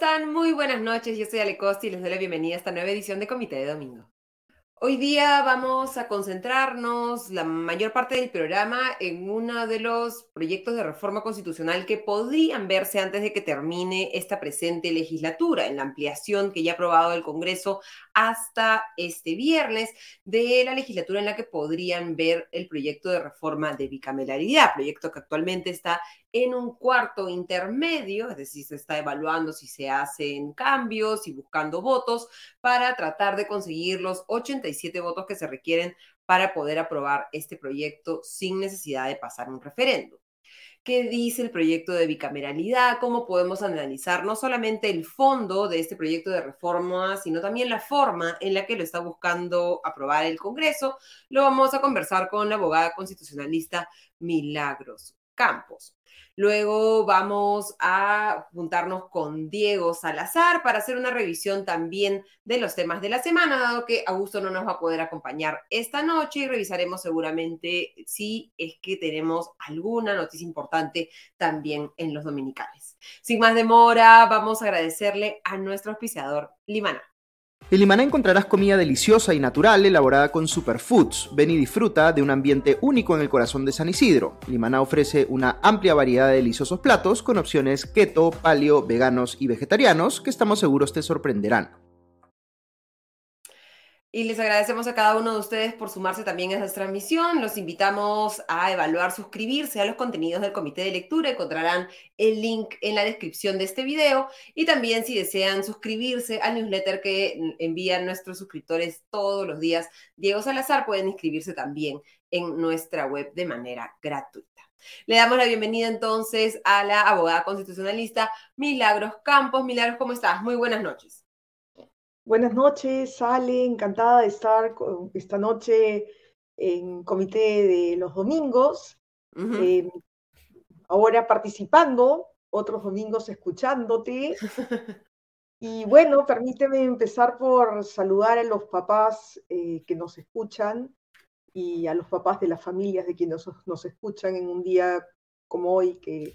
están? Muy buenas noches, yo soy Ale Costa y les doy la bienvenida a esta nueva edición de Comité de Domingo. Hoy día vamos a concentrarnos la mayor parte del programa en uno de los proyectos de reforma constitucional que podrían verse antes de que termine esta presente legislatura, en la ampliación que ya ha aprobado el Congreso hasta este viernes de la legislatura en la que podrían ver el proyecto de reforma de bicameralidad, proyecto que actualmente está en un cuarto intermedio, es decir, se está evaluando si se hacen cambios y buscando votos para tratar de conseguir los 87 votos que se requieren para poder aprobar este proyecto sin necesidad de pasar un referéndum. ¿Qué dice el proyecto de bicameralidad? ¿Cómo podemos analizar no solamente el fondo de este proyecto de reforma, sino también la forma en la que lo está buscando aprobar el Congreso? Lo vamos a conversar con la abogada constitucionalista Milagros Campos. Luego vamos a juntarnos con Diego Salazar para hacer una revisión también de los temas de la semana, dado que Augusto no nos va a poder acompañar esta noche, y revisaremos seguramente si es que tenemos alguna noticia importante también en los dominicales. Sin más demora, vamos a agradecerle a nuestro auspiciador Limana. En Limaná encontrarás comida deliciosa y natural elaborada con superfoods. Ven y disfruta de un ambiente único en el corazón de San Isidro. Limaná ofrece una amplia variedad de deliciosos platos con opciones keto, paleo, veganos y vegetarianos que estamos seguros te sorprenderán. Y les agradecemos a cada uno de ustedes por sumarse también a esta transmisión. Los invitamos a evaluar, suscribirse a los contenidos del Comité de Lectura. Encontrarán el link en la descripción de este video. Y también, si desean suscribirse al newsletter que envían nuestros suscriptores todos los días, Diego Salazar, pueden inscribirse también en nuestra web de manera gratuita. Le damos la bienvenida entonces a la abogada constitucionalista Milagros Campos. Milagros, ¿cómo estás? Muy buenas noches. Buenas noches, Ale, encantada de estar esta noche en Comité de los Domingos, ahora participando, otros domingos escuchándote. Y bueno, permíteme empezar por saludar a los papás que nos escuchan y a los papás de las familias de quienes nos escuchan en un día como hoy que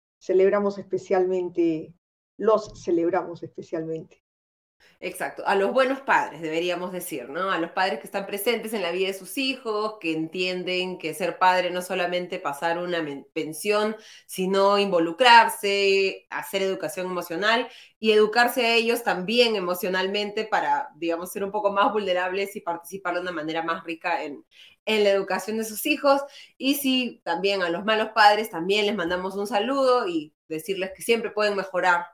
los celebramos especialmente. Exacto, a los buenos padres, deberíamos decir, ¿no? A los padres que están presentes en la vida de sus hijos, que entienden que ser padre no es solamente pasar una pensión, sino involucrarse, hacer educación emocional y educarse a ellos también emocionalmente para, digamos, ser un poco más vulnerables y participar de una manera más rica en la educación de sus hijos. Y sí, también a los malos padres también les mandamos un saludo y decirles que siempre pueden mejorar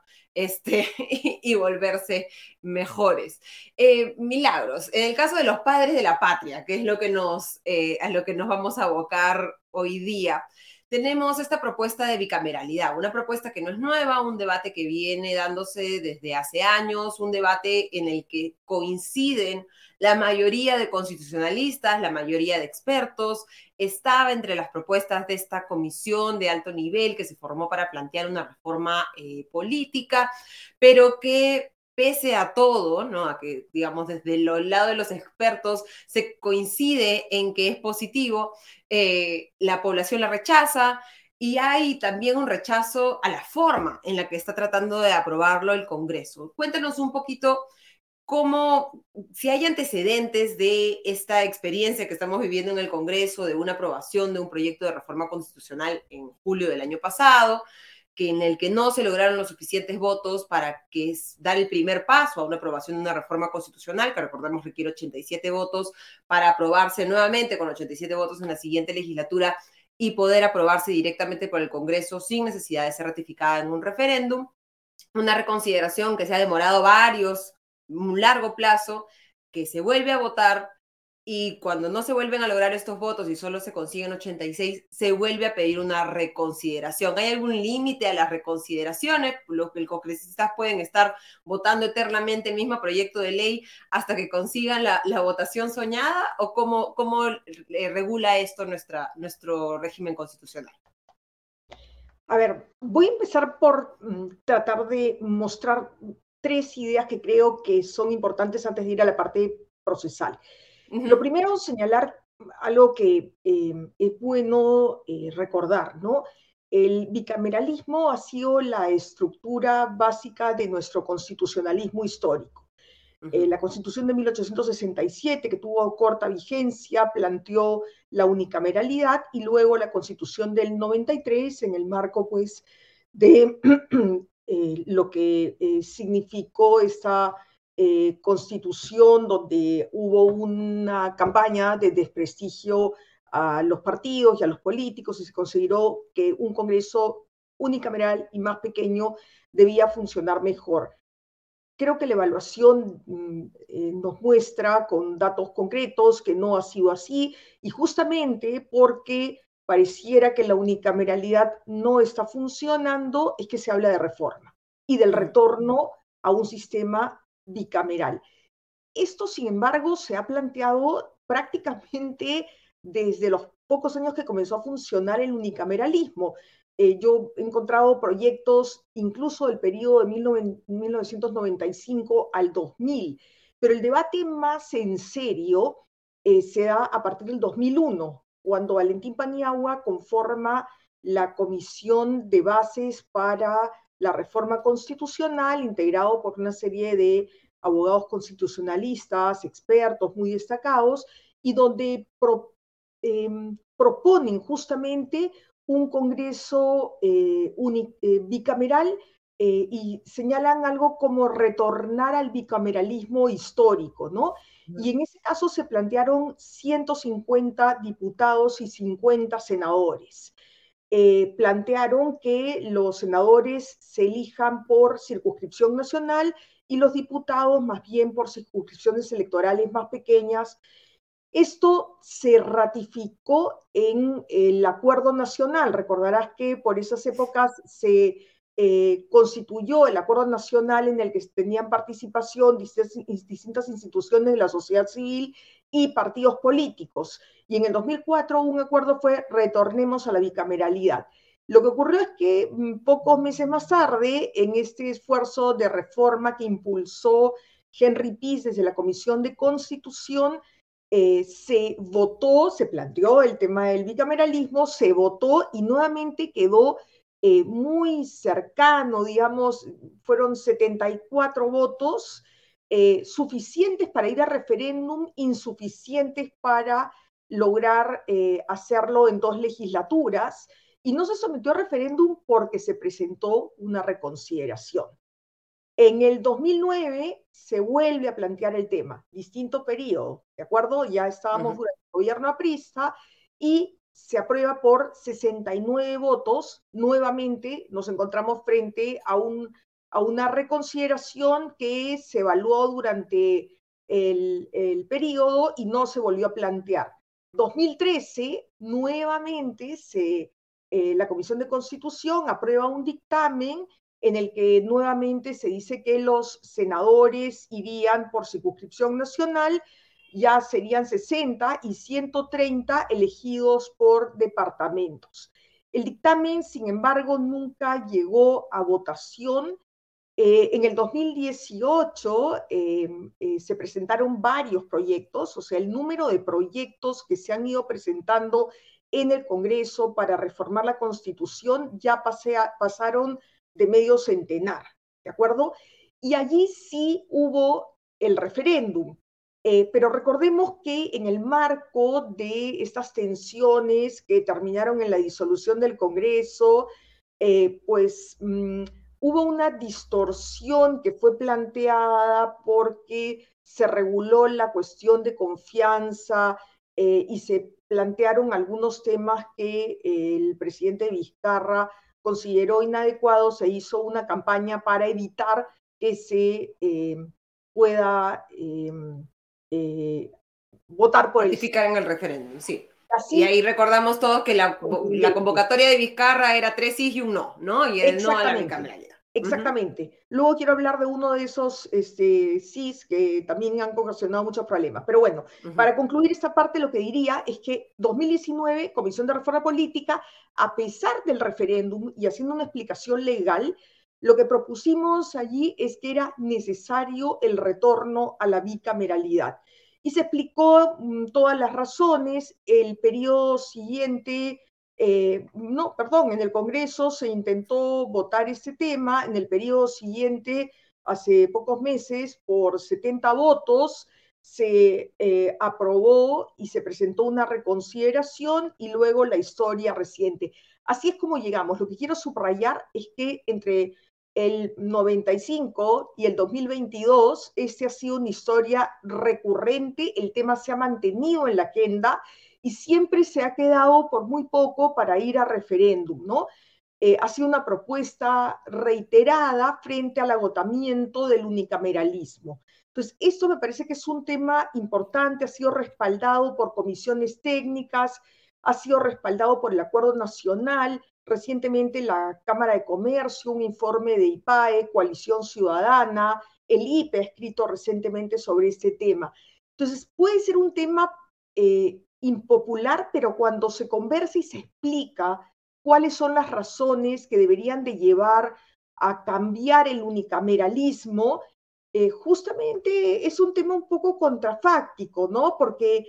y volverse mejores. Milagros, en el caso de los padres de la patria, que es a lo que nos vamos a abocar hoy día, tenemos esta propuesta de bicameralidad, una propuesta que no es nueva, un debate que viene dándose desde hace años, un debate en el que coinciden la mayoría de constitucionalistas, la mayoría de expertos. Estaba entre las propuestas de esta comisión de alto nivel que se formó para plantear una reforma política, pero que pese a todo, ¿no? A que, digamos, desde el lado de los expertos se coincide en que es positivo, la población la rechaza, y hay también un rechazo a la forma en la que está tratando de aprobarlo el Congreso. Cuéntanos un poquito cómo, si hay antecedentes de esta experiencia que estamos viviendo en el Congreso, de una aprobación de un proyecto de reforma constitucional en julio del año pasado, en el que no se lograron los suficientes votos para dar el primer paso a una aprobación de una reforma constitucional, que recordemos requiere 87 votos para aprobarse nuevamente con 87 votos en la siguiente legislatura y poder aprobarse directamente por el Congreso sin necesidad de ser ratificada en un referéndum. Una reconsideración que se ha demorado un largo plazo, que se vuelve a votar, y cuando no se vuelven a lograr estos votos y solo se consiguen 86, se vuelve a pedir una reconsideración. ¿Hay algún límite a las reconsideraciones? Los congresistas pueden estar votando eternamente el mismo proyecto de ley hasta que consigan la votación soñada, ¿o cómo regula esto nuestro régimen constitucional? A ver, voy a empezar por tratar de mostrar tres ideas que creo que son importantes antes de ir a la parte procesal. Lo primero, señalar algo que es bueno recordar, ¿no? el bicameralismo ha sido la estructura básica de nuestro constitucionalismo histórico. La Constitución de 1867, que tuvo corta vigencia, planteó la unicameralidad, y luego la Constitución del 93, en el marco pues, de lo que significó esta Constitución, donde hubo una campaña de desprestigio a los partidos y a los políticos, y se consideró que un Congreso unicameral y más pequeño debía funcionar mejor. Creo que la evaluación nos muestra con datos concretos que no ha sido así, y justamente porque pareciera que la unicameralidad no está funcionando, es que se habla de reforma y del retorno a un sistema bicameral. Esto, sin embargo, se ha planteado prácticamente desde los pocos años que comenzó a funcionar el unicameralismo. Yo he encontrado proyectos incluso del periodo de 1995 al 2000, pero el debate más en serio se da a partir del 2001, cuando Valentín Paniagua conforma la Comisión de Bases para la Reforma Constitucional, integrado por una serie de abogados constitucionalistas, expertos muy destacados, y donde proponen justamente un Congreso bicameral, y señalan algo como retornar al bicameralismo histórico, ¿no? Y en ese caso se plantearon 150 diputados y 50 senadores. Plantearon que los senadores se elijan por circunscripción nacional y los diputados más bien por circunscripciones electorales más pequeñas. Esto se ratificó en el Acuerdo Nacional. Recordarás que por esas épocas se constituyó el Acuerdo Nacional, en el que tenían participación distintas instituciones de la sociedad civil y partidos políticos. Y en el 2004 un acuerdo fue retornemos a la bicameralidad. Lo que ocurrió es que pocos meses más tarde, en este esfuerzo de reforma que impulsó Henry Pease desde la Comisión de Constitución, se votó, se planteó el tema del bicameralismo, se votó y nuevamente quedó muy cercano, digamos, fueron 74 votos, suficientes para ir a referéndum, insuficientes para lograr hacerlo en 2 legislaturas, y no se sometió a referéndum porque se presentó una reconsideración. En el 2009 se vuelve a plantear el tema, distinto periodo, ¿de acuerdo? Ya estábamos durante el gobierno aprista y se aprueba por 69 votos. Nuevamente nos encontramos frente a una reconsideración que se evaluó durante el periodo y no se volvió a plantear. 2013, nuevamente, la Comisión de Constitución aprueba un dictamen en el que nuevamente se dice que los senadores irían por circunscripción nacional, ya serían 60 y 130 elegidos por departamentos. El dictamen, sin embargo, nunca llegó a votación. En el 2018 se presentaron varios proyectos, o sea, el número de proyectos que se han ido presentando en el Congreso para reformar la Constitución ya pasaron de medio centenar, ¿de acuerdo? Y allí sí hubo el referéndum, pero recordemos que en el marco de estas tensiones que terminaron en la disolución del Congreso, hubo una distorsión que fue planteada porque se reguló la cuestión de confianza, y se plantearon algunos temas que el presidente Vizcarra consideró inadecuado. Se hizo una campaña para evitar que se pueda votar por participar en el referéndum, sí. Así, y ahí recordamos todos que la convocatoria de Vizcarra era 3 sí y un no, ¿no? Y el no a la bicameralidad. Exactamente. Luego quiero hablar de uno de esos sís que también han ocasionado muchos problemas. Pero bueno, para concluir esta parte, lo que diría es que 2019, Comisión de Reforma Política, a pesar del referéndum y haciendo una explicación legal, lo que propusimos allí es que era necesario el retorno a la bicameralidad. Y se explicó todas las razones. El periodo siguiente no, perdón, en el Congreso se intentó votar este tema, en el periodo siguiente, hace pocos meses, por 70 votos, se aprobó y se presentó una reconsideración y luego la historia reciente. Así es como llegamos. Lo que quiero subrayar es que entre el 95 y el 2022, este ha sido una historia recurrente, el tema se ha mantenido en la agenda y siempre se ha quedado por muy poco para ir a referéndum, ¿no? Ha sido una propuesta reiterada frente al agotamiento del unicameralismo. Entonces, esto me parece que es un tema importante, ha sido respaldado por comisiones técnicas, ha sido respaldado por el Acuerdo Nacional, recientemente la Cámara de Comercio, un informe de IPAE, Coalición Ciudadana, el IPE ha escrito recientemente sobre este tema. Entonces, puede ser un tema impopular, pero cuando se conversa y se explica cuáles son las razones que deberían de llevar a cambiar el unicameralismo, justamente es un tema un poco contrafáctico, ¿no? Porque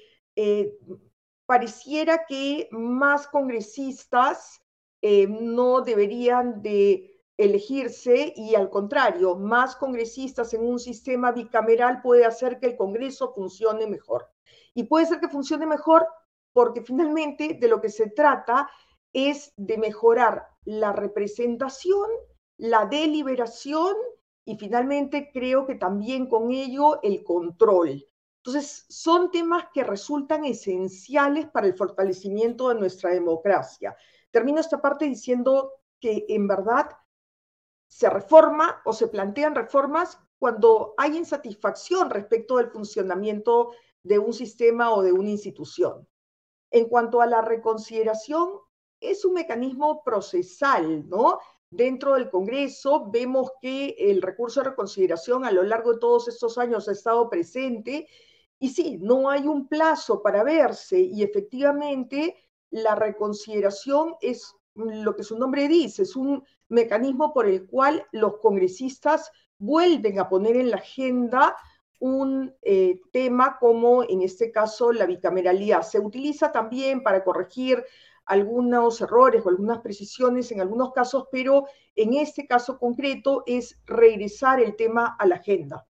pareciera que más congresistas no deberían de elegirse y al contrario, más congresistas en un sistema bicameral puede hacer que el Congreso funcione mejor. Y puede ser que funcione mejor porque finalmente de lo que se trata es de mejorar la representación, la deliberación y finalmente creo que también con ello el control. Entonces, son temas que resultan esenciales para el fortalecimiento de nuestra democracia. Termino esta parte diciendo que en verdad se reforma o se plantean reformas cuando hay insatisfacción respecto del funcionamiento de un sistema o de una institución. En cuanto a la reconsideración, es un mecanismo procesal, ¿no? Dentro del Congreso vemos que el recurso de reconsideración a lo largo de todos estos años ha estado presente y sí, no hay un plazo para verse y efectivamente la reconsideración es lo que su nombre dice, es un mecanismo por el cual los congresistas vuelven a poner en la agenda un tema como en este caso la bicameralidad. Se utiliza también para corregir algunos errores o algunas precisiones en algunos casos, pero en este caso concreto es regresar el tema a la agenda.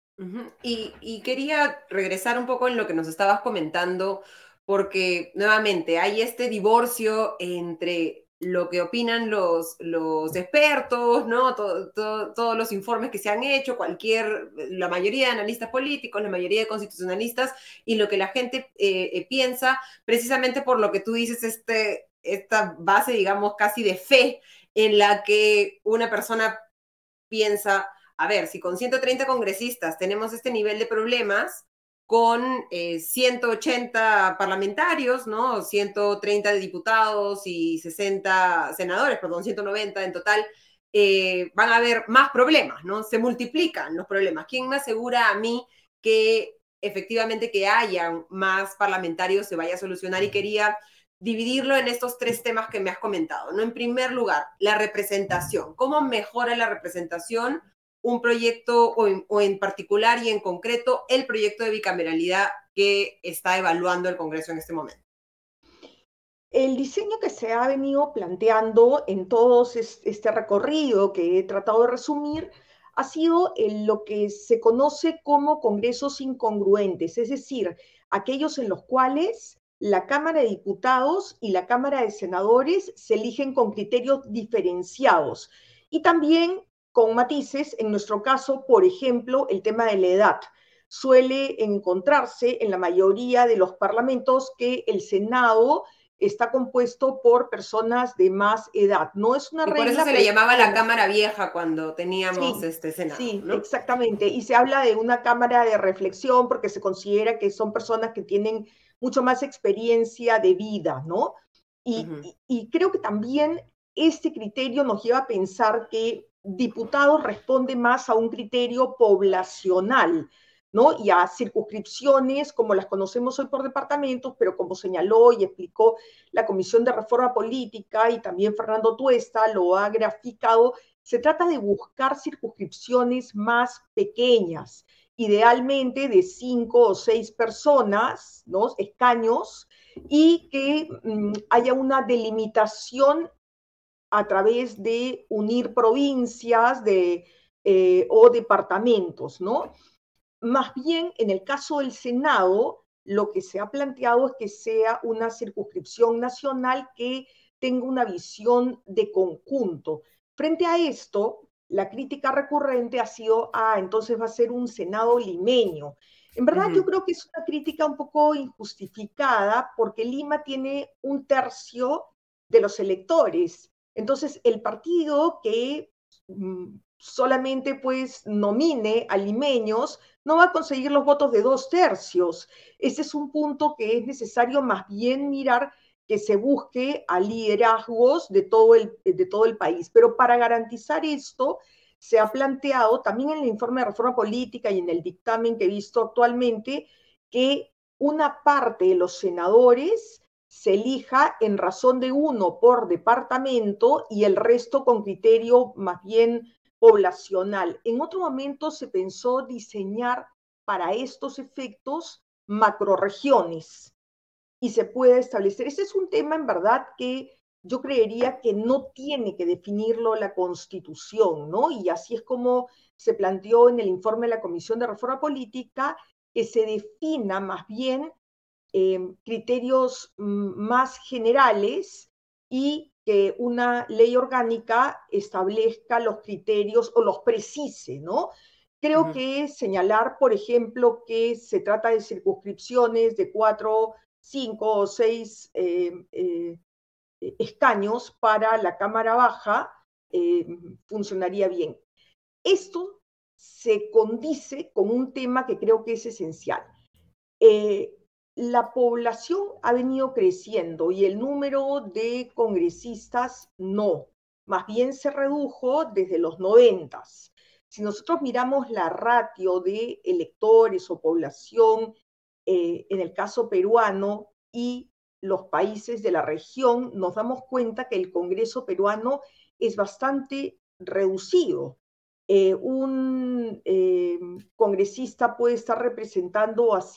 Y quería regresar un poco en lo que nos estabas comentando, porque nuevamente hay este divorcio entre lo que opinan los expertos, ¿no? Todos los informes que se han hecho, la mayoría de analistas políticos, la mayoría de constitucionalistas, y lo que la gente piensa, precisamente por lo que tú dices, esta base, digamos, casi de fe en la que una persona piensa, a ver, si con 130 congresistas tenemos este nivel de problemas, con 180 parlamentarios, ¿no? 130 diputados y 60 senadores, perdón, 190 en total, van a haber más problemas, ¿no? Se multiplican los problemas. ¿Quién me asegura a mí que efectivamente que haya más parlamentarios se vaya a solucionar? Y quería dividirlo en estos tres temas que me has comentado, ¿no? En primer lugar, la representación. ¿Cómo mejora la representación un proyecto o en particular y en concreto el proyecto de bicameralidad que está evaluando el Congreso en este momento? El diseño que se ha venido planteando en todo este recorrido que he tratado de resumir ha sido lo que se conoce como congresos incongruentes, es decir, aquellos en los cuales la Cámara de Diputados y la Cámara de Senadores se eligen con criterios diferenciados y también con matices, en nuestro caso, por ejemplo, el tema de la edad. Suele encontrarse en la mayoría de los parlamentos que el Senado está compuesto por personas de más edad. No es una Y por eso regla, se le pero llamaba la Cámara Vieja cuando teníamos sí, este Senado, sí, ¿no? exactamente. Y se habla de una cámara de reflexión porque se considera que son personas que tienen mucho más experiencia de vida, ¿no? Y creo que también este criterio nos lleva a pensar que diputados responde más a un criterio poblacional, ¿no? Y a circunscripciones como las conocemos hoy por departamentos, pero como señaló y explicó la Comisión de Reforma Política y también Fernando Tuesta lo ha graficado, se trata de buscar circunscripciones más pequeñas, idealmente de 5 o 6 personas, ¿no? Escaños, y que haya una delimitación a través de unir provincias o departamentos, ¿no? Más bien, en el caso del Senado, lo que se ha planteado es que sea una circunscripción nacional que tenga una visión de conjunto. Frente a esto, la crítica recurrente ha sido, entonces va a ser un Senado limeño. En verdad, yo creo que es una crítica un poco injustificada porque Lima tiene un tercio de los electores. Entonces, el partido que solamente pues nomine a limeños no va a conseguir los votos de 2/3. Ese es un punto que es necesario más bien mirar que se busque a liderazgos de todo el país. Pero para garantizar esto, se ha planteado también en el informe de reforma política y en el dictamen que he visto actualmente que una parte de los senadores se elija en razón de uno por departamento y el resto con criterio más bien poblacional. En otro momento se pensó diseñar para estos efectos macroregiones y se puede establecer. Ese es un tema en verdad que yo creería que no tiene que definirlo la Constitución, ¿no? Y así es como se planteó en el informe de la Comisión de Reforma Política, que se defina más bien criterios más generales y que una ley orgánica establezca los criterios o los precise, ¿no? Creo que señalar, por ejemplo, que se trata de circunscripciones de 4, 5 o 6 escaños para la Cámara Baja funcionaría bien. Esto se condice con un tema que creo que es esencial. La población ha venido creciendo y el número de congresistas no, más bien se redujo desde los 90. Si nosotros miramos la ratio de electores o población en el caso peruano y los países de la región, nos damos cuenta que el Congreso peruano es bastante reducido. Un congresista puede estar representando a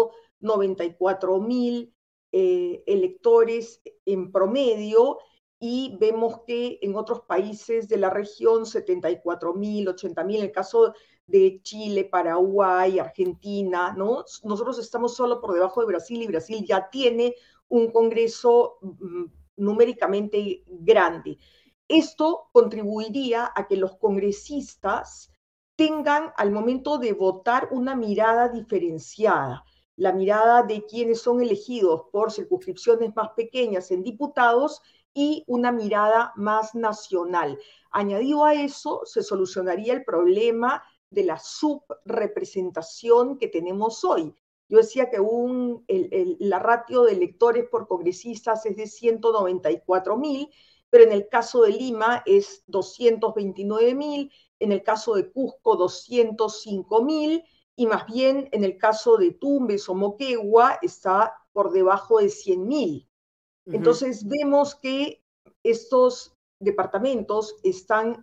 194.000 electores en promedio y vemos que en otros países de la región 74.000, 80.000, en el caso de Chile, Paraguay, Argentina, ¿no? Nosotros estamos solo por debajo de Brasil y Brasil ya tiene un congreso numéricamente grande. Esto contribuiría a que los congresistas tengan al momento de votar una mirada diferenciada, la mirada de quienes son elegidos por circunscripciones más pequeñas en diputados y una mirada más nacional. Añadido a eso, se solucionaría el problema de la subrepresentación que tenemos hoy. Yo decía que la ratio de electores por congresistas es de 194.000, pero en el caso de Lima es 229.000, en el caso de Cusco 205.000, y más bien en el caso de Tumbes o Moquegua está por debajo de 100.000. Entonces vemos que estos departamentos están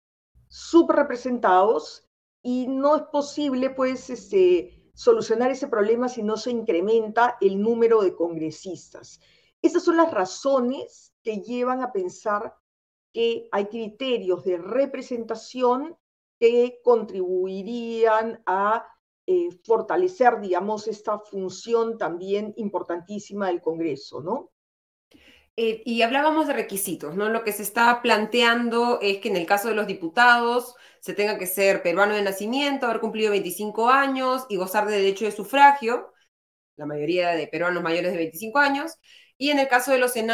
subrepresentados y no es posible pues solucionar ese problema si no se incrementa el número de congresistas. Esas son las razones que llevan a pensar que hay criterios de representación que contribuirían a fortalecer, digamos, esta función también importantísima del Congreso, ¿no? Y hablábamos de requisitos, ¿no? Lo que se está planteando es que en el caso de los diputados se tenga que ser peruano de nacimiento, haber cumplido 25 años y gozar de derecho de sufragio, la mayoría de peruanos mayores de 25 años, y en el caso de los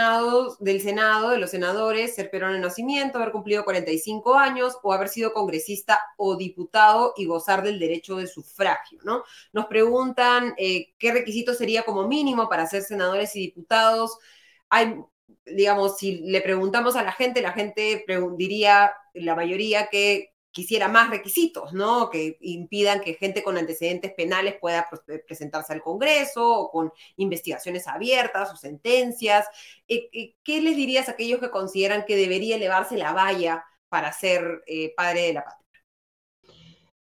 de los senadores, ser peruano de nacimiento, haber cumplido 45 años o haber sido congresista o diputado y gozar del derecho de sufragio, ¿no? Nos preguntan qué requisito sería como mínimo para ser senadores y diputados. Hay, digamos, si le preguntamos a la gente diría, la mayoría, que quisiera más requisitos, ¿no? Que impidan que gente con antecedentes penales pueda presentarse al Congreso o con investigaciones abiertas o sentencias. ¿Qué les dirías a aquellos que consideran que debería elevarse la valla para ser padre de la patria?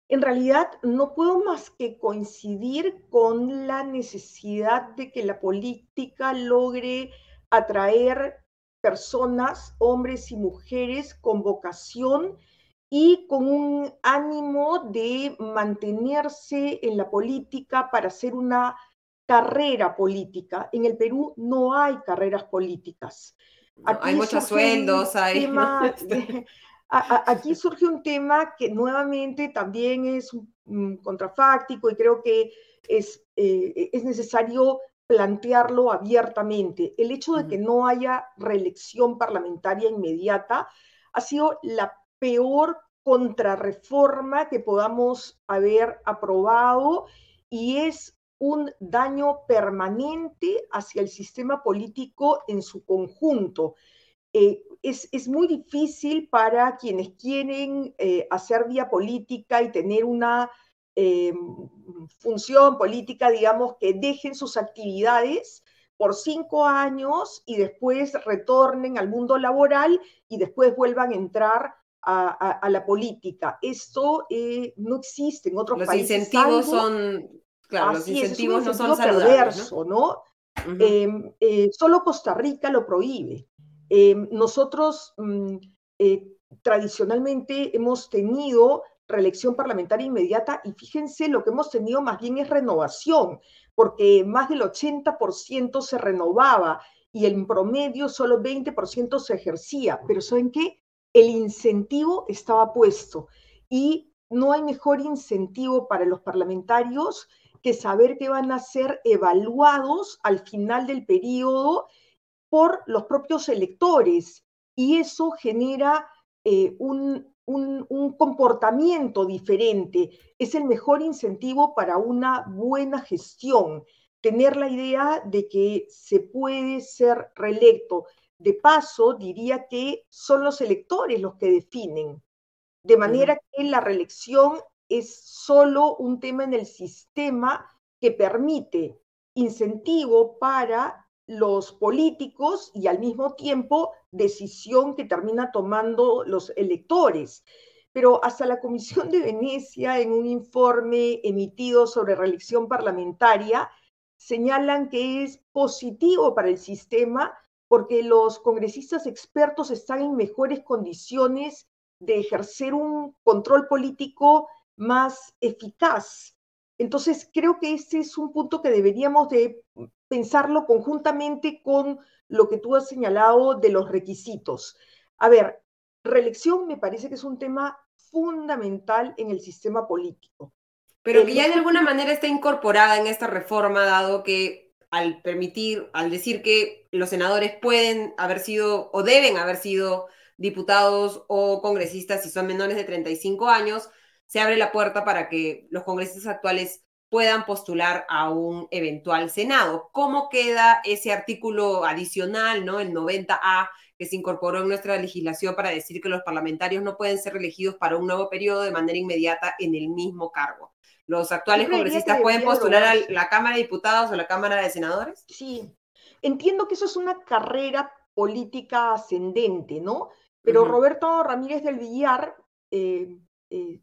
En realidad no puedo más que coincidir con la necesidad de que la política logre atraer personas, hombres y mujeres con vocación y con un ánimo de mantenerse en la política para hacer una carrera política. En el Perú no hay carreras políticas. ¿no? Hay Aquí muchos surge un sueldos, hay, ¿no? tema, aquí surge un tema que nuevamente también es contrafáctico y creo que es necesario plantearlo abiertamente. El hecho de que no haya reelección parlamentaria inmediata ha sido la peor contrarreforma que podamos haber aprobado y es un daño permanente hacia el sistema político en su conjunto. Es muy difícil para quienes quieren hacer vía política y tener una función política, digamos, que dejen sus actividades por 5 años y después retornen al mundo laboral y después vuelvan a entrar a la política. Esto no existe en otros Los países, incentivos salvo, son, claro, los así es un incentivos no son incentivo saludables, ¿no? perverso, ¿no? Ujú. Solo Costa Rica lo prohíbe. Nosotros tradicionalmente hemos tenido reelección parlamentaria inmediata y fíjense lo que hemos tenido más bien es renovación, porque más del 80% se renovaba y en promedio solo 20% se ejercía. Pero ¿saben qué? El incentivo estaba puesto y no hay mejor incentivo para los parlamentarios que saber que van a ser evaluados al final del periodo por los propios electores y eso genera un comportamiento diferente. Es el mejor incentivo para una buena gestión, tener la idea de que se puede ser reelecto. De paso, diría que son los electores los que definen, de Ujú. manera que la reelección es solo un tema en el sistema que permite incentivo para los políticos y al mismo tiempo decisión que termina tomando los electores. Pero hasta la Comisión de Venecia, en un informe emitido sobre reelección parlamentaria, señalan que es positivo para el sistema porque los congresistas expertos están en mejores condiciones de ejercer un control político más eficaz. Entonces, creo que este es un punto que deberíamos de pensarlo conjuntamente con lo que tú has señalado de los requisitos. A ver, reelección me parece que es un tema fundamental en el sistema político. Pero que ya Los de alguna últimos, manera está incorporada en esta reforma, dado que al decir que los senadores pueden haber sido o deben haber sido diputados o congresistas si son menores de 35 años, se abre la puerta para que los congresistas actuales puedan postular a un eventual Senado. ¿Cómo queda ese artículo adicional, ¿no? El 90A, que se incorporó en nuestra legislación para decir que los parlamentarios no pueden ser elegidos para un nuevo periodo de manera inmediata en el mismo cargo? ¿Los yo actuales creería que congresistas pueden debería postular a derogarse. la Cámara de Diputados o la Cámara de Senadores? Sí, entiendo que eso es una carrera política ascendente, ¿no? Pero Ujú. Roberto Ramírez del Villar, eh, eh,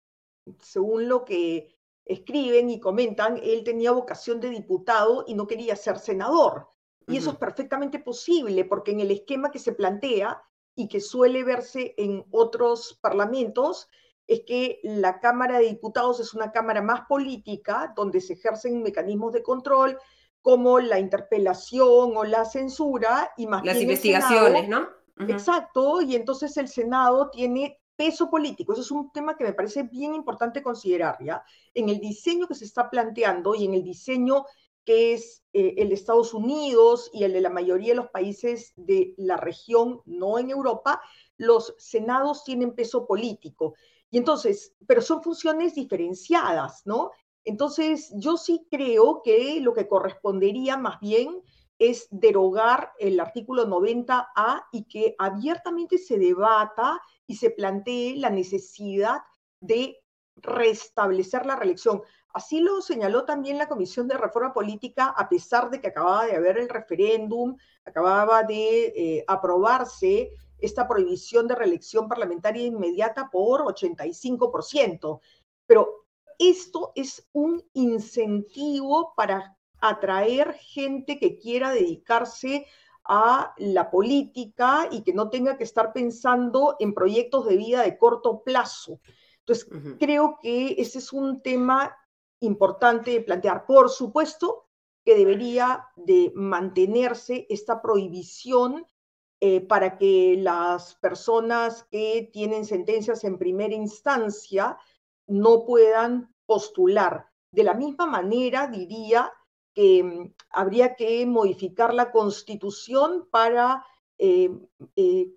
según lo que escriben y comentan, él tenía vocación de diputado y no quería ser senador. Y eso es Ujú. perfectamente posible, porque en el esquema que se plantea y que suele verse en otros parlamentos, es que la Cámara de Diputados es una cámara más política, donde se ejercen mecanismos de control como la interpelación o la censura, y más Las bien el investigaciones, Senado. ¿no? Ujú. Exacto, y entonces el Senado tiene peso político. Eso es un tema que me parece bien importante considerar, ¿ya? En el diseño que se está planteando y en el diseño que es el de Estados Unidos y el de la mayoría de los países de la región, no en Europa, los senados tienen peso político. Y entonces, pero son funciones diferenciadas, ¿no? Entonces, yo sí creo que lo que correspondería más bien es derogar el artículo 90A y que abiertamente se debata y se plantee la necesidad de restablecer la reelección. Así lo señaló también la Comisión de Reforma Política, a pesar de que acababa de haber el referéndum, acababa de aprobarse esta prohibición de reelección parlamentaria inmediata por 85%. pero esto es un incentivo para atraer gente que quiera dedicarse a la política y que no tenga que estar pensando en proyectos de vida de corto plazo. Entonces, creo que ese es un tema importante de plantear. Por supuesto que debería de mantenerse esta prohibición para que las personas que tienen sentencias en primera instancia no puedan postular. De la misma manera, diría que habría que modificar la Constitución para eh, eh,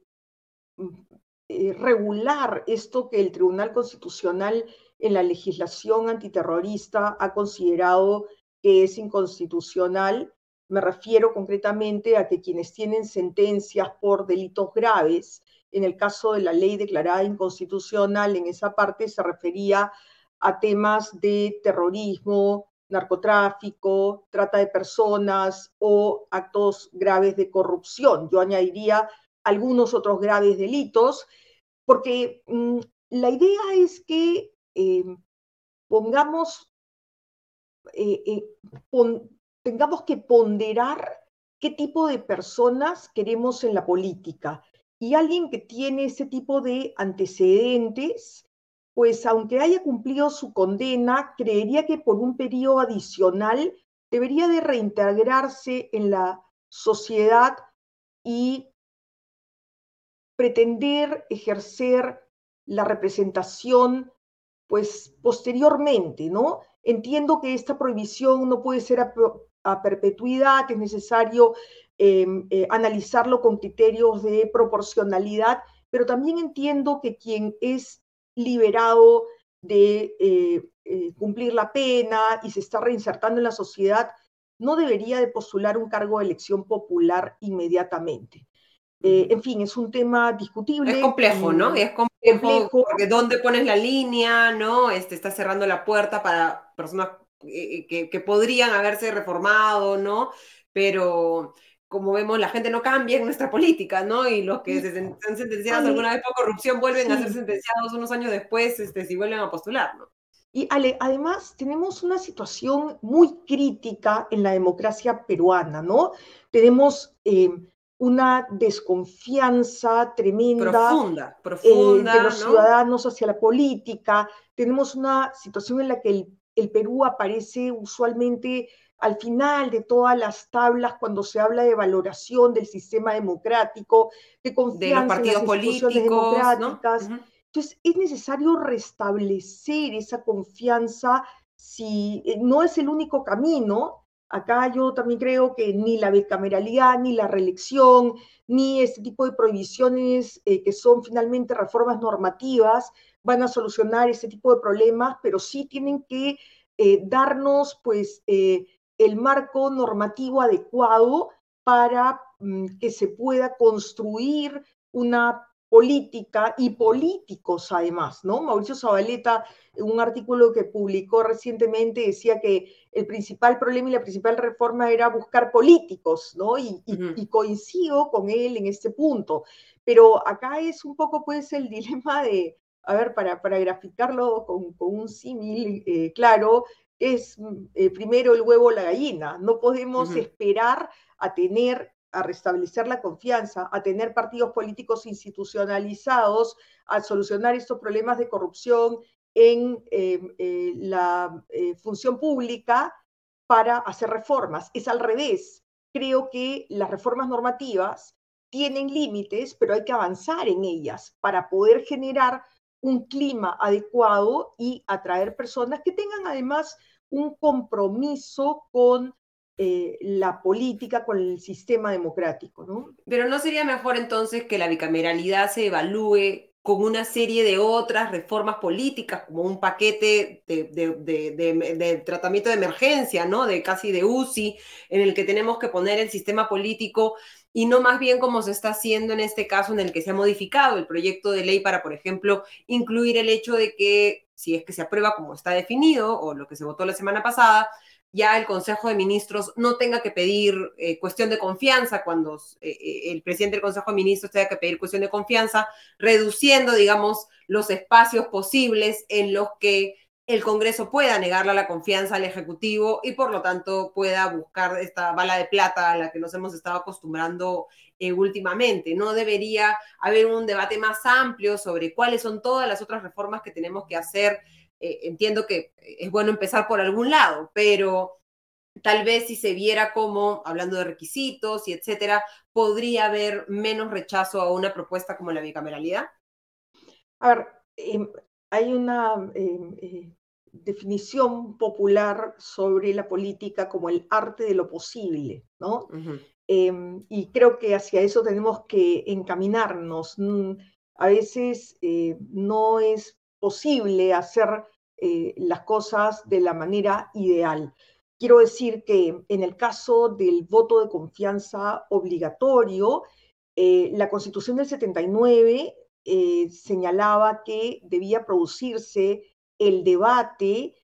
regular esto que el Tribunal Constitucional en la legislación antiterrorista ha considerado que es inconstitucional. Me refiero concretamente a que quienes tienen sentencias por delitos graves, en el caso de la ley declarada inconstitucional, en esa parte se refería a temas de terrorismo, narcotráfico, trata de personas o actos graves de corrupción. Yo añadiría algunos otros graves delitos, porque la idea es que pongamos, tengamos que ponderar qué tipo de personas queremos en la política. Y alguien que tiene ese tipo de antecedentes, pues aunque haya cumplido su condena, creería que por un periodo adicional debería de reintegrarse en la sociedad y pretender ejercer la representación, pues posteriormente, ¿no? Entiendo que esta prohibición no puede ser a perpetuidad, que es necesario analizarlo con criterios de proporcionalidad, pero también entiendo que quien es liberado de cumplir la pena y se está reinsertando en la sociedad, no debería de postular un cargo de elección popular inmediatamente. En fin, es un tema Es discutible, complejo, ¿no? Es complejo complejo. porque dónde pones la línea, ¿no? Está cerrando la puerta para personas que podrían haberse reformado, ¿no? Pero como vemos, la gente no cambia en nuestra política, ¿no? Y los que Y están sentenciados Ale, alguna vez por corrupción vuelven a ser sí, sentenciados unos años después, si vuelven a postular, ¿no? y Ale, además tenemos una situación muy crítica en la democracia peruana, ¿no? Tenemos una desconfianza tremenda Profunda, de profunda, los ¿no? ciudadanos hacia la política. Tenemos una situación en la que el Perú aparece usualmente al final de todas las tablas cuando se habla de valoración del sistema democrático, de De los confianza en las partidos instituciones políticos, ¿no? democráticas. Entonces, es necesario restablecer esa confianza si no es el único camino. Acá yo también creo que ni la bicameralidad, ni la reelección, ni este tipo de prohibiciones que son finalmente reformas normativas van a solucionar ese tipo de problemas, pero sí tienen que darnos pues el marco normativo adecuado para que se pueda construir una política y políticos además, ¿no? Mauricio Zabaleta, en un artículo que publicó recientemente, decía que el principal problema y la principal reforma era buscar políticos, ¿no? Y coincido con él en este punto. Pero acá es un poco, pues, el dilema de, a ver, para graficarlo con un símil claro, es primero el huevo o la gallina. No podemos esperar a tener a restablecer la confianza, a tener partidos políticos institucionalizados, a solucionar estos problemas de corrupción en la función pública para hacer reformas. Es al revés. Creo que las reformas normativas tienen límites, pero hay que avanzar en ellas para poder generar un clima adecuado y atraer personas que tengan además un compromiso con la política, con el sistema democrático, ¿no? Pero ¿no sería mejor entonces que la bicameralidad se evalúe con una serie de otras reformas políticas, como un paquete de tratamiento de emergencia, ¿no? De casi de UCI, en el que tenemos que poner el sistema político y no más bien como se está haciendo en este caso en el que se ha modificado el proyecto de ley para, por ejemplo, incluir el hecho de que si es que se aprueba como está definido o lo que se votó la semana pasada, ya el Consejo de Ministros no tenga que pedir cuestión de confianza cuando el presidente del Consejo de Ministros tenga que pedir cuestión de confianza, reduciendo, digamos, los espacios posibles en los que el Congreso pueda negarle la confianza al Ejecutivo y por lo tanto pueda buscar esta bala de plata a la que nos hemos estado acostumbrando últimamente. No debería haber un debate más amplio sobre cuáles son todas las otras reformas que tenemos que hacer. Entiendo que es bueno empezar por algún lado, pero tal vez si se viera como, hablando de requisitos y etcétera, podría haber menos rechazo a una propuesta como la bicameralidad. A ver, hay una definición popular sobre la política como el arte de lo posible, ¿no? Y creo que hacia eso tenemos que encaminarnos. A veces no es posible hacer las cosas de la manera ideal. Quiero decir que en el caso del voto de confianza obligatorio, la Constitución del 79 señalaba que debía producirse el debate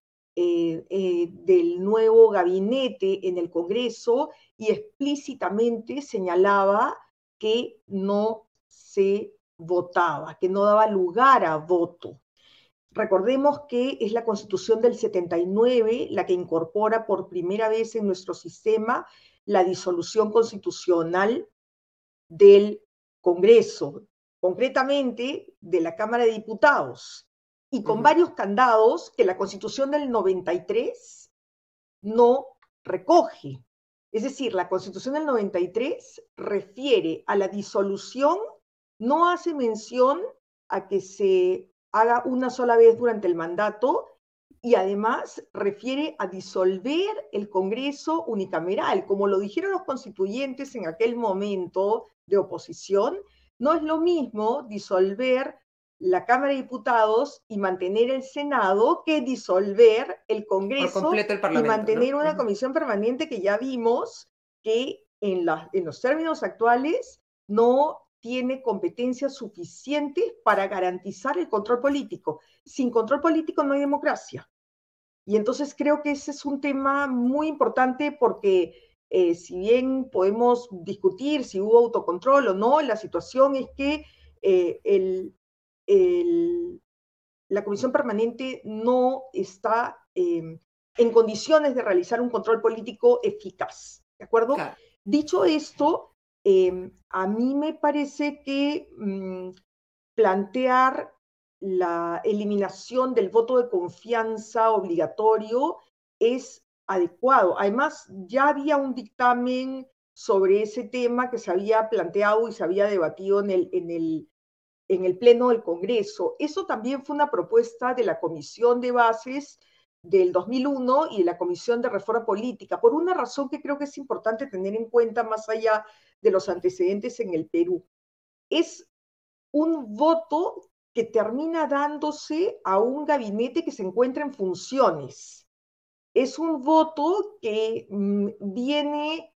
del nuevo gabinete en el Congreso y explícitamente señalaba que no se votaba, que no daba lugar a voto. Recordemos que es la Constitución del 79 la que incorpora por primera vez en nuestro sistema la disolución constitucional del Congreso, concretamente de la Cámara de Diputados, y con varios candados que la Constitución del 93 no recoge. Es decir, la Constitución del 93 refiere a la disolución, no hace mención a que se haga una sola vez durante el mandato, y además refiere a disolver el Congreso unicameral. Como lo dijeron los constituyentes en aquel momento de oposición, no es lo mismo disolver la Cámara de Diputados y mantener el Senado que disolver el Congreso y mantener una comisión permanente que ya vimos que en los términos actuales no tiene competencias suficientes para garantizar el control político. Sin control político no hay democracia. Y entonces creo que ese es un tema muy importante porque si bien podemos discutir si hubo autocontrol o no, la situación es que la Comisión Permanente no está en condiciones de realizar un control político eficaz. ¿De acuerdo? Claro. Dicho esto, a mí me parece que plantear la eliminación del voto de confianza obligatorio es adecuado. Además, ya había un dictamen sobre ese tema que se había planteado y se había debatido en el Pleno del Congreso. Eso también fue una propuesta de la Comisión de Bases del 2001 y de la Comisión de Reforma Política, por una razón que creo que es importante tener en cuenta más allá de los antecedentes en el Perú. Es un voto que termina dándose a un gabinete que se encuentra en funciones. Es un voto que viene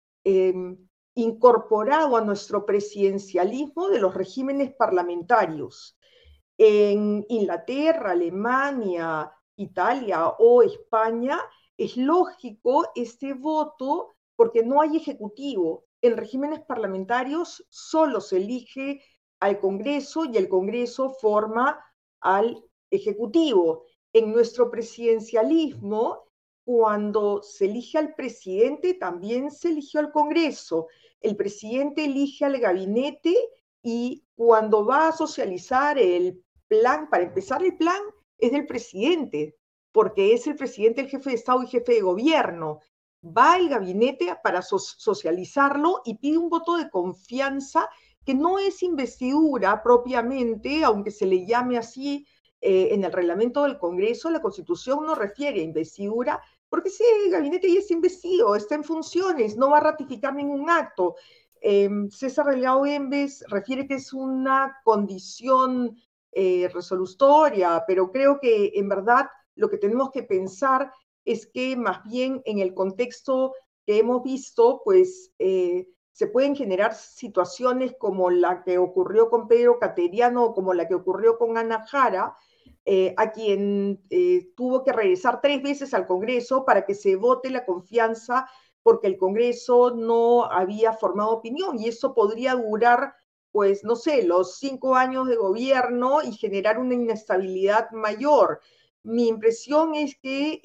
incorporado a nuestro presidencialismo de los regímenes parlamentarios. En Inglaterra, Alemania, Italia o España es lógico este voto porque no hay ejecutivo. En regímenes parlamentarios solo se elige al Congreso y el Congreso forma al Ejecutivo. En nuestro presidencialismo, cuando se elige al presidente, también se eligió al Congreso. El presidente elige al gabinete y cuando va a socializar el plan, para empezar el plan, es del presidente, porque es el presidente el jefe de Estado y jefe de gobierno. Va al gabinete para socializarlo y pide un voto de confianza que no es investidura propiamente, aunque se le llame así en el reglamento del Congreso, la Constitución no refiere a investidura, porque ese gabinete ya está investido, está en funciones, no va a ratificar ningún acto. César Delgado Embes refiere que es una condición resolutoria, pero creo que en verdad lo que tenemos que pensar es que más bien en el contexto que hemos visto, pues se pueden generar situaciones como la que ocurrió con Pedro Cateriano o como la que ocurrió con Ana Jara, a quien tuvo que regresar 3 veces al Congreso para que se vote la confianza porque el Congreso no había formado opinión y eso podría durar, pues, no sé, los 5 años de gobierno y generar una inestabilidad mayor. Mi impresión es que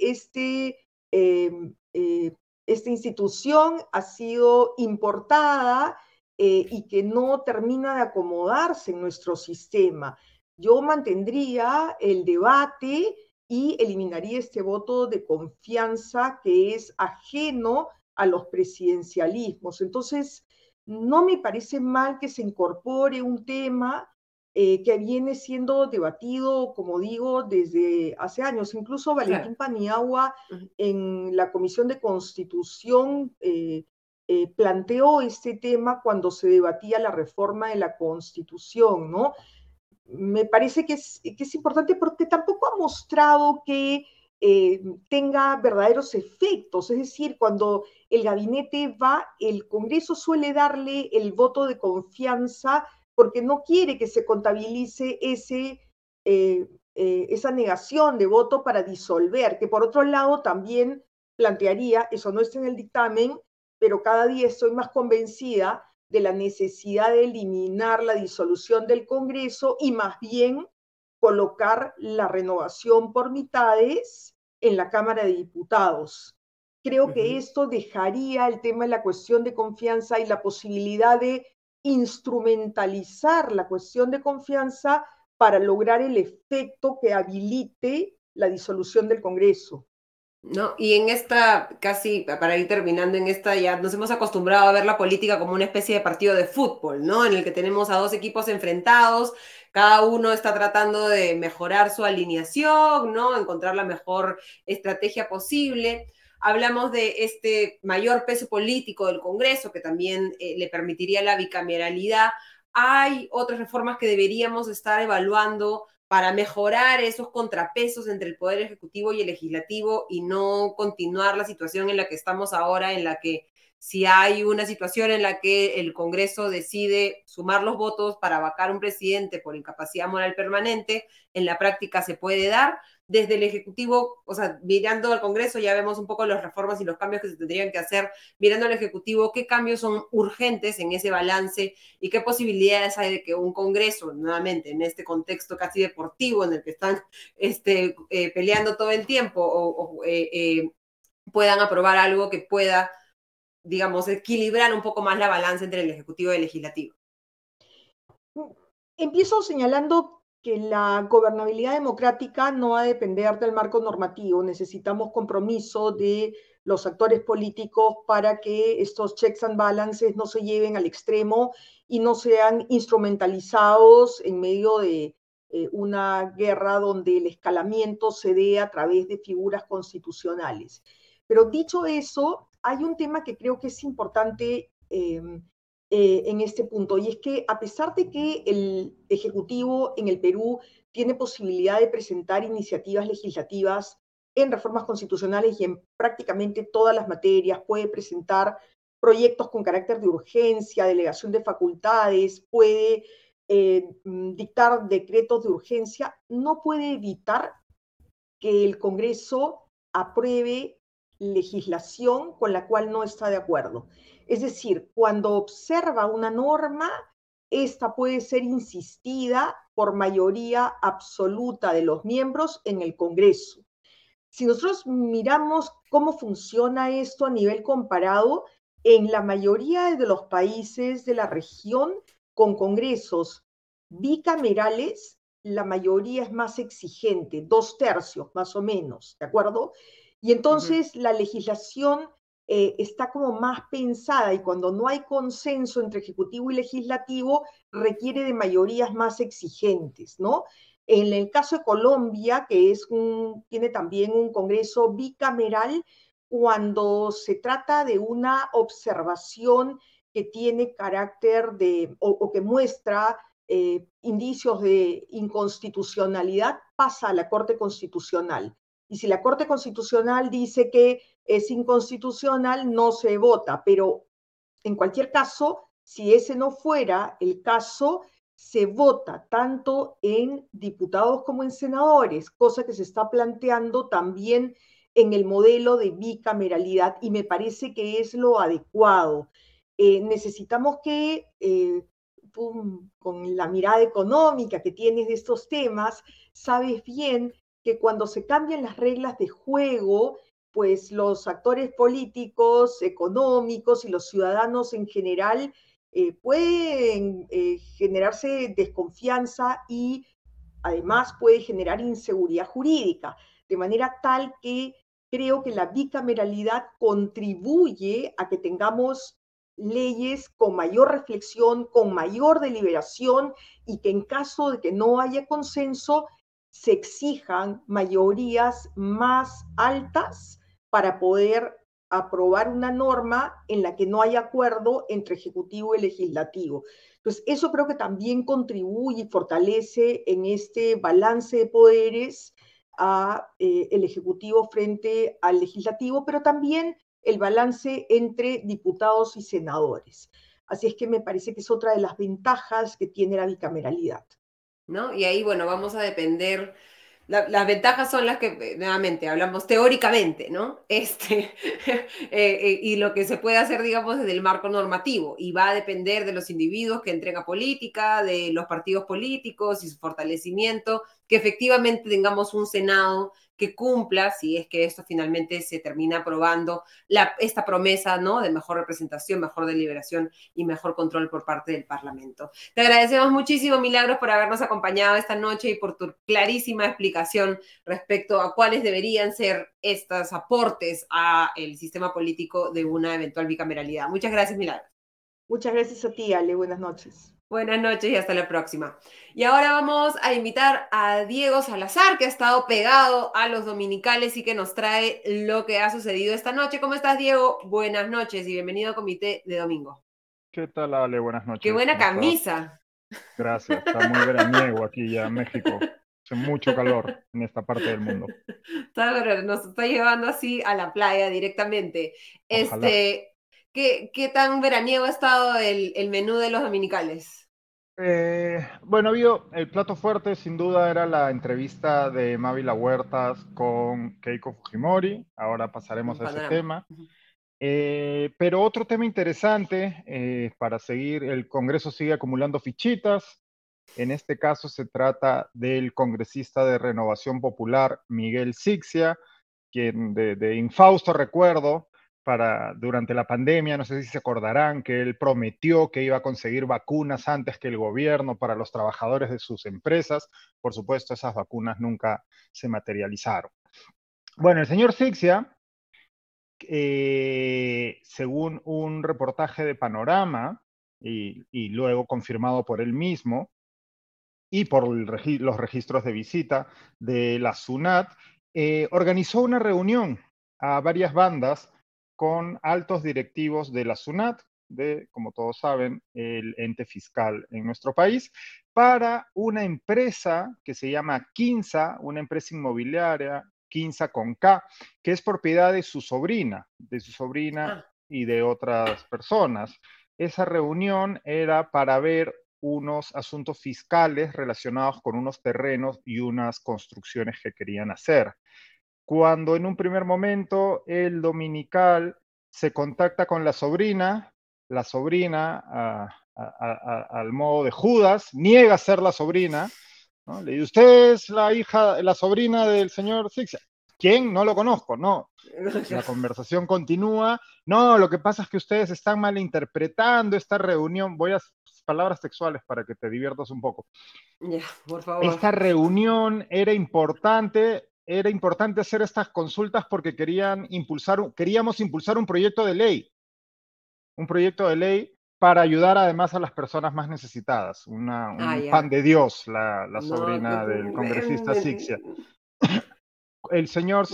esta institución ha sido importada y que no termina de acomodarse en nuestro sistema. Yo mantendría el debate y eliminaría este voto de confianza que es ajeno a los presidencialismos. Entonces, no me parece mal que se incorpore un tema que viene siendo debatido, como digo, desde hace años. Incluso Claro. Valentín Paniagua Ujú. en la Comisión de Constitución planteó este tema cuando se debatía la reforma de la Constitución, ¿no? Me parece que es importante porque tampoco ha mostrado que tenga verdaderos efectos. Es decir, cuando el gabinete va, el Congreso suele darle el voto de confianza porque no quiere que se contabilice esa negación de voto para disolver, que por otro lado también plantearía, eso no está en el dictamen, pero cada día estoy más convencida de la necesidad de eliminar la disolución del Congreso y más bien colocar la renovación por mitades en la Cámara de Diputados. Creo que Ujú. esto dejaría el tema de la cuestión de confianza y la posibilidad de instrumentalizar la cuestión de confianza para lograr el efecto que habilite la disolución del Congreso. ¿No? Y en esta, casi para ir terminando en esta, ya nos hemos acostumbrado a ver la política como una especie de partido de fútbol, ¿no? En el que tenemos a dos equipos enfrentados, cada uno está tratando de mejorar su alineación, ¿no? Encontrar la mejor estrategia posible. Hablamos de este mayor peso político del Congreso, que también le permitiría la bicameralidad. Hay otras reformas que deberíamos estar evaluando para mejorar esos contrapesos entre el Poder Ejecutivo y el Legislativo y no continuar la situación en la que estamos ahora, en la que si hay una situación en la que el Congreso decide sumar los votos para vacar un presidente por incapacidad moral permanente, en la práctica se puede dar. Desde el Ejecutivo, o sea, mirando al Congreso ya vemos un poco las reformas y los cambios que se tendrían que hacer. Mirando al Ejecutivo, qué cambios son urgentes en ese balance y qué posibilidades hay de que un Congreso, nuevamente, en este contexto casi deportivo en el que están peleando todo el tiempo puedan aprobar algo que pueda, digamos, equilibrar un poco más la balanza entre el Ejecutivo y el Legislativo. Empiezo señalando que la gobernabilidad democrática no va a depender del marco normativo. Necesitamos compromiso de los actores políticos para que estos checks and balances no se lleven al extremo y no sean instrumentalizados en medio de una guerra donde el escalamiento se dé a través de figuras constitucionales. Pero dicho eso, hay un tema que creo que es importante en este punto, y es que a pesar de que el Ejecutivo en el Perú tiene posibilidad de presentar iniciativas legislativas en reformas constitucionales y en prácticamente todas las materias, puede presentar proyectos con carácter de urgencia, delegación de facultades, puede dictar decretos de urgencia, no puede evitar que el Congreso apruebe legislación con la cual no está de acuerdo. Es decir, cuando observa una norma, esta puede ser insistida por mayoría absoluta de los miembros en el Congreso. Si nosotros miramos cómo funciona esto a nivel comparado, en la mayoría de los países de la región con congresos bicamerales, la mayoría es más exigente, 2/3 más o menos, ¿de acuerdo? Y Uh -huh. entonces la legislación está como más pensada y cuando no hay consenso entre ejecutivo y legislativo requiere de mayorías más exigentes, ¿no? En el caso de Colombia, que tiene también un Congreso bicameral, cuando se trata de una observación que tiene carácter o que muestra indicios de inconstitucionalidad, pasa a la Corte Constitucional. Y si la Corte Constitucional dice que es inconstitucional, no se vota. Pero en cualquier caso, si ese no fuera el caso, se vota tanto en diputados como en senadores, cosa que se está planteando también en el modelo de bicameralidad y me parece que es lo adecuado. Necesitamos que, con la mirada económica que tienes de estos temas, sabes bien que cuando se cambian las reglas de juego, pues los actores políticos, económicos y los ciudadanos en general pueden generarse desconfianza y además puede generar inseguridad jurídica, de manera tal que creo que la bicameralidad contribuye a que tengamos leyes con mayor reflexión, con mayor deliberación y que en caso de que no haya consenso, se exijan mayorías más altas para poder aprobar una norma en la que no haya acuerdo entre ejecutivo y legislativo. Entonces, eso creo que también contribuye y fortalece en este balance de poderes a el ejecutivo frente al legislativo, pero también el balance entre diputados y senadores. Así es que me parece que es otra de las ventajas que tiene la bicameralidad. ¿No? Y ahí, bueno, vamos a depender. Las ventajas son las que, nuevamente, hablamos teóricamente, ¿no? Y lo que se puede hacer, digamos, desde el marco normativo. Y va a depender de los individuos que entren a política, de los partidos políticos y su fortalecimiento, que efectivamente tengamos un Senado que cumpla, si es que esto finalmente se termina aprobando, esta promesa, ¿no? De mejor representación, mejor deliberación y mejor control por parte del Parlamento. Te agradecemos muchísimo, Milagros, por habernos acompañado esta noche y por tu clarísima explicación respecto a cuáles deberían ser estos aportes al sistema político de una eventual bicameralidad. Muchas gracias, Milagros. Muchas gracias a ti, Ale. Buenas noches. Buenas noches y hasta la próxima. Y ahora vamos a invitar a Diego Salazar, que ha estado pegado a los dominicales y que nos trae lo que ha sucedido esta noche. ¿Cómo estás, Diego? Buenas noches y bienvenido a Comité de Domingo. ¿Qué tal, Ale? Buenas noches. ¡Qué buena camisa! Gracias, está muy veraniego aquí ya en México. Hace mucho calor en esta parte del mundo. Nos está llevando así a la playa directamente. Ojalá. ¿Qué tan veraniego ha estado el menú de los dominicales? Bueno, el plato fuerte sin duda era la entrevista de Mávila Huertas con Keiko Fujimori. Ahora pasaremos a ese tema. Pero otro tema interesante para seguir, el Congreso sigue acumulando fichitas. En este caso se trata del congresista de Renovación Popular, Miguel Sixia, quien de infausto recuerdo durante la pandemia, no sé si se acordarán, que él prometió que iba a conseguir vacunas antes que el gobierno para los trabajadores de sus empresas. Por supuesto, esas vacunas nunca se materializaron. Bueno, el señor Sixia, según un reportaje de Panorama, y luego confirmado por él mismo, y por los registros de visita de la SUNAT, organizó una reunión a varias bandas con altos directivos de la SUNAT, como todos saben, el ente fiscal en nuestro país, para una empresa que se llama Quinza, una empresa inmobiliaria, Quinza con K, que es propiedad de su sobrina y de otras personas. Esa reunión era para ver unos asuntos fiscales relacionados con unos terrenos y unas construcciones que querían hacer. Cuando en un primer momento el dominical se contacta con la sobrina al modo de Judas, niega ser la sobrina, ¿no? Le dice, ¿usted es la sobrina del señor Sixia? ¿Quién? No lo conozco, no. La conversación continúa. No, lo que pasa es que ustedes están malinterpretando esta reunión. Voy a palabras textuales para que te diviertas un poco. Ya, por favor. Esta reunión era importante hacer estas consultas porque queríamos impulsar un proyecto de ley para ayudar además a las personas más necesitadas, un pan de Dios, la sobrina del congresista Sixia. El señor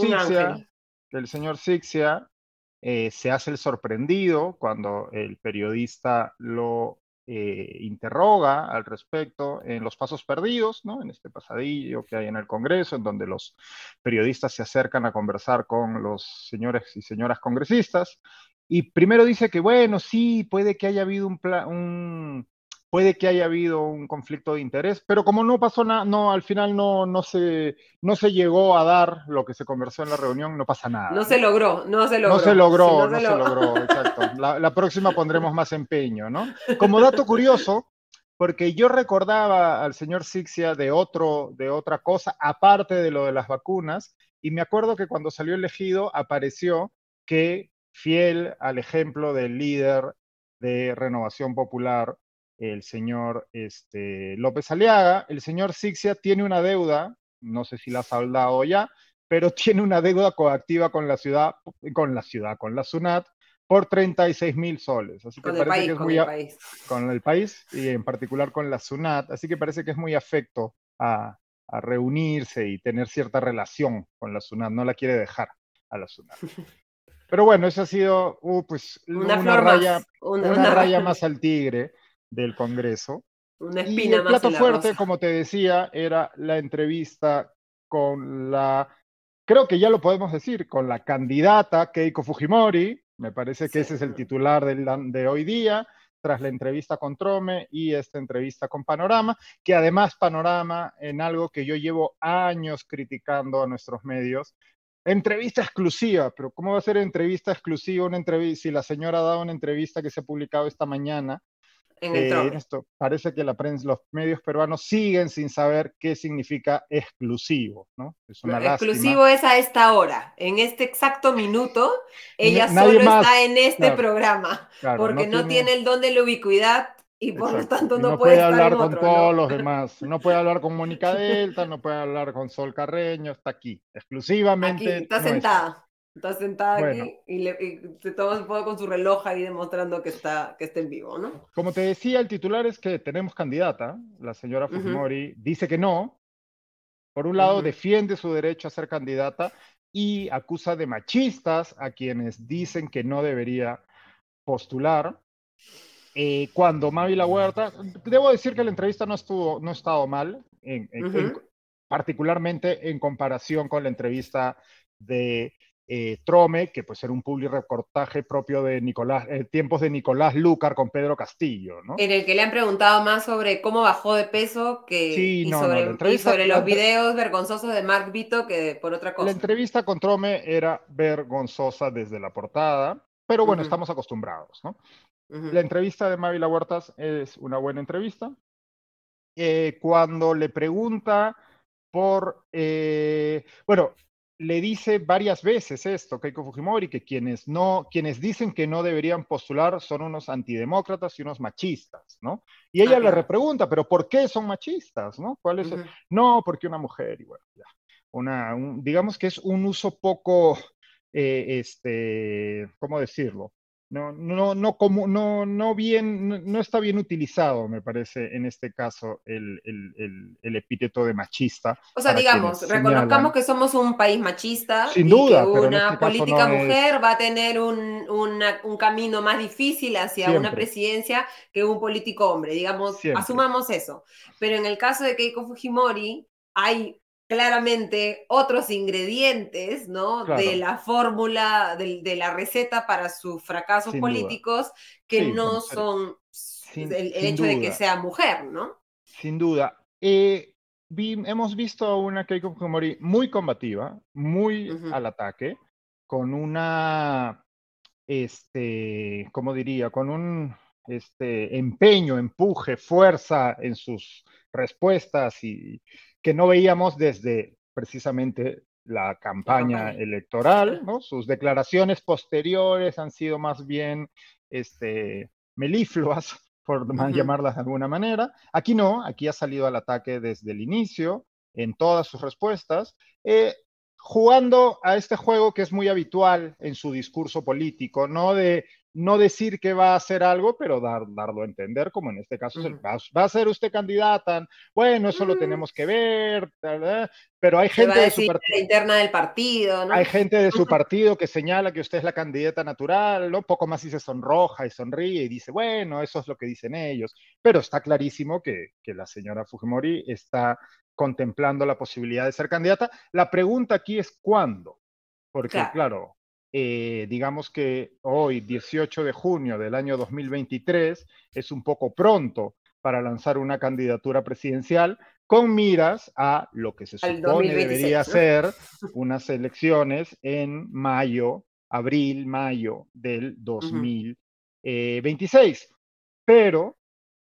Sixia se hace el sorprendido cuando el periodista lo interroga al respecto en los pasos perdidos, ¿no? En este pasadillo que hay en el Congreso, en donde los periodistas se acercan a conversar con los señores y señoras congresistas, y primero dice que, bueno, sí, puede que haya habido un conflicto de interés, pero como no pasó nada, al final no se llegó a dar lo que se conversó en la reunión, no pasa nada. No se logró, exacto. La próxima pondremos más empeño, ¿no? Como dato curioso, porque yo recordaba al señor Sixia de otra cosa, aparte de lo de las vacunas, y me acuerdo que cuando salió elegido apareció que, fiel al ejemplo del líder de Renovación Popular, el señor López Aliaga, el señor Sixia tiene una deuda, no sé si la ha saldado ya, pero tiene una deuda coactiva con la SUNAT, por 36.000 soles. Así que Con el parece que país, es con muy el país. con el país y en particular con la SUNAT, así que parece que es muy afecto a reunirse y tener cierta relación con la SUNAT, no la quiere dejar a la SUNAT. Pero bueno, eso ha sido pues Una una flor raya, más, una raya más al tigre del Congreso. una Y espina el más plato en la fuerte, rosa. como te decía, era la entrevista con creo que ya lo podemos decir, con la candidata Keiko Fujimori. Me parece que Sí. ese es el titular de hoy día, tras la entrevista con Trome y esta entrevista con Panorama, que además Panorama, en algo que yo llevo años criticando a nuestros medios, entrevista exclusiva, pero ¿cómo va a ser entrevista exclusiva una entrevista si la señora ha dado una entrevista que se ha publicado esta mañana? En el Trome. Esto parece que los medios peruanos siguen sin saber qué significa exclusivo, ¿no? Es una lástima. Exclusivo es a esta hora, en este exacto minuto, ella Nadie solo está más, en este claro, programa, claro, porque no no tiene, tiene el don de la ubicuidad y por lo exacto, tanto y no no puede puede estar en hablar con otro, todos ¿no? los demás, no puede hablar con Mónica Delta, no puede hablar con Sol Carreño, está aquí, Aquí, exclusivamente nuestra. está sentada Bueno, aquí y se toma un poco con su reloj ahí demostrando que está en vivo, ¿no? como te decía, el titular es que tenemos candidata, la señora Ujú, Fujimori dice que no. Por un lado, ujú. defiende su derecho a ser candidata y acusa de machistas a quienes dicen que no debería postular. Cuando Mávila Huerta, debo decir que la entrevista no ha estado mal, Ujú. particularmente en comparación con la entrevista de Trome, que pues era un public reportaje propio de tiempos de Nicolás Lúcar con Pedro Castillo, ¿no? En el que le han preguntado más sobre cómo bajó de peso Sí, no, no, y sobre los videos vergonzosos de Mark Vito que por otra la cosa. entrevista con Trome era vergonzosa desde la portada, pero bueno, Ujú, estamos acostumbrados, ¿no? La ujú. entrevista de Mávila Huertas es una buena entrevista. Cuando le pregunta bueno, le dice varias veces esto, Keiko Fujimori, que quienes dicen que no deberían postular son unos antidemócratas y unos machistas, ¿no? Y Ah, ella le claro. repregunta, ¿pero por qué son machistas, no? ¿Cuál es Ujú. No, porque una mujer, y bueno, ya. Digamos que es un uso poco, ¿cómo decirlo? No está bien utilizado, me parece, en este caso, el epíteto de machista O sea, para quienes digamos, reconozcamos señalan, que somos un país machista sin y que duda, pero en este una caso política no es mujer va a tener un camino más difícil hacia una siempre, presidencia que un político hombre. Digamos, siempre, asumamos eso. Pero en el caso de Keiko Fujimori, hay claramente otros ingredientes, ¿no? De claro, la fórmula, de la receta para sus fracasos sin duda. políticos que Sí, no bueno, son el sin hecho de que duda, sea mujer, ¿no? sin duda. Hemos visto a una Keiko Fujimori muy combativa, muy Ujú. al ataque, con una ¿cómo diría? Con un empeño, empuje, fuerza en sus respuestas y que no veíamos desde precisamente la La campaña campaña. electoral, ¿no? Sus declaraciones posteriores han sido más bien melifluas, por Ujú. llamarlas de alguna manera. Aquí no, aquí ha salido al ataque desde el inicio, en todas sus respuestas. Jugando a este juego que es muy habitual en su discurso político, ¿no? De no decir que va a hacer algo, pero darlo a entender, como en este caso Ujú. va a ser usted candidata, bueno, eso lo Mm, tenemos que ver, pero hay se va gente a de su decir partido. la interna del partido, Hay ¿no? gente de su partido que señala que usted es la candidata natural, ¿no? Poco más y se sonroja y sonríe y dice, bueno, eso es lo que dicen ellos. Pero está clarísimo que la señora Fujimori está contemplando la posibilidad de ser candidata. La pregunta aquí es cuándo, porque Claro. claro, digamos que hoy, 18 de junio del año 2023, es un poco pronto para lanzar una candidatura presidencial con miras a lo que se Al dos mil supone debería veintiséis, ¿no? ser unas elecciones en mayo, abril, mayo del Ujú. 2026. Pero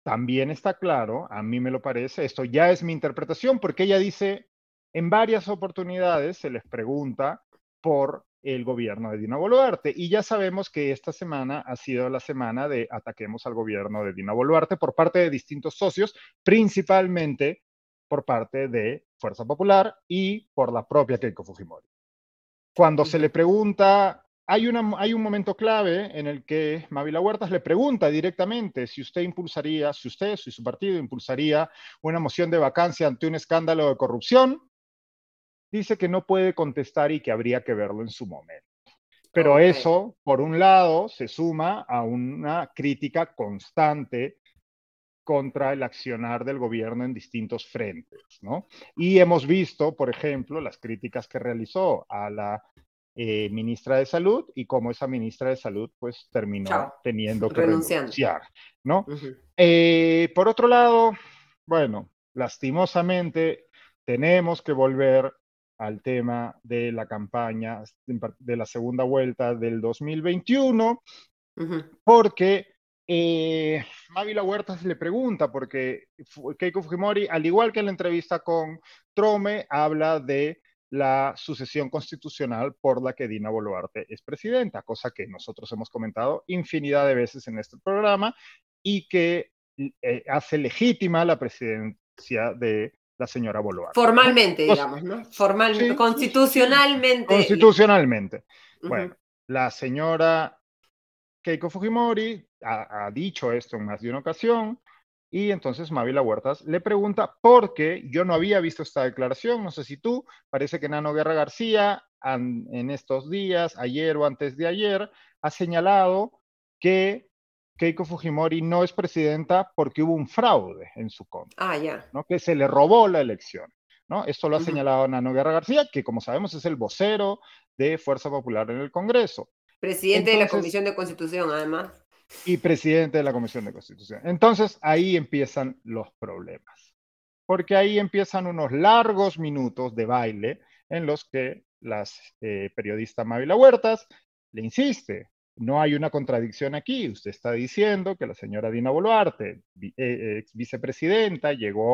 también está claro, a mí me lo parece, esto ya es mi interpretación, porque ella dice, en varias oportunidades se les pregunta por el gobierno de Dina Boluarte, y ya sabemos que esta semana ha sido la semana de ataquemos al gobierno de Dina Boluarte por parte de distintos socios, principalmente por parte de Fuerza Popular y por la propia Keiko Fujimori. Cuando se le pregunta, hay un momento clave en el que Mávila Huertas le pregunta directamente si usted si su partido impulsaría una moción de vacancia ante un escándalo de corrupción. Dice que no puede contestar y que habría que verlo en su momento. Pero eso, por un lado, se suma a una crítica constante contra el accionar del gobierno en distintos frentes, ¿no? Y hemos visto, por ejemplo, las críticas que realizó a la ministra de Salud y cómo esa ministra de Salud pues terminó teniendo que renunciar, ¿no? Por otro lado, bueno, lastimosamente tenemos que volver al tema de la campaña de la segunda vuelta del 2021, porque Mávila Huertas le pregunta, porque Keiko Fujimori, al igual que en la entrevista con Trome, habla de la sucesión constitucional por la que Dina Boluarte es presidenta, cosa que nosotros hemos comentado infinidad de veces en este programa y que hace legítima la presidencia de la señora Boluarte. Formalmente, ¿no? Digamos, ¿no? Sí, constitucionalmente. Sí. Constitucionalmente. Bueno, la señora Keiko Fujimori ha dicho esto en más de una ocasión y entonces Mávila Huertas le pregunta por qué yo no había visto esta declaración, no sé si tú, parece que Nano Guerra García en estos días, ayer o antes de ayer, ha señalado que Keiko Fujimori no es presidenta porque hubo un fraude en su contra, ¿no? Que se le robó la elección, ¿no? Esto lo ha señalado Nano Guerra García, que como sabemos es el vocero de Fuerza Popular en el Congreso. Presidente de la Comisión de Constitución, además. Y presidente de la Comisión de Constitución. Entonces, ahí empiezan los problemas. Porque ahí empiezan unos largos minutos de baile en los que la periodista Mávila Huertas le insiste, no hay una contradicción aquí. Usted está diciendo que la señora Dina Boluarte, ex vicepresidenta,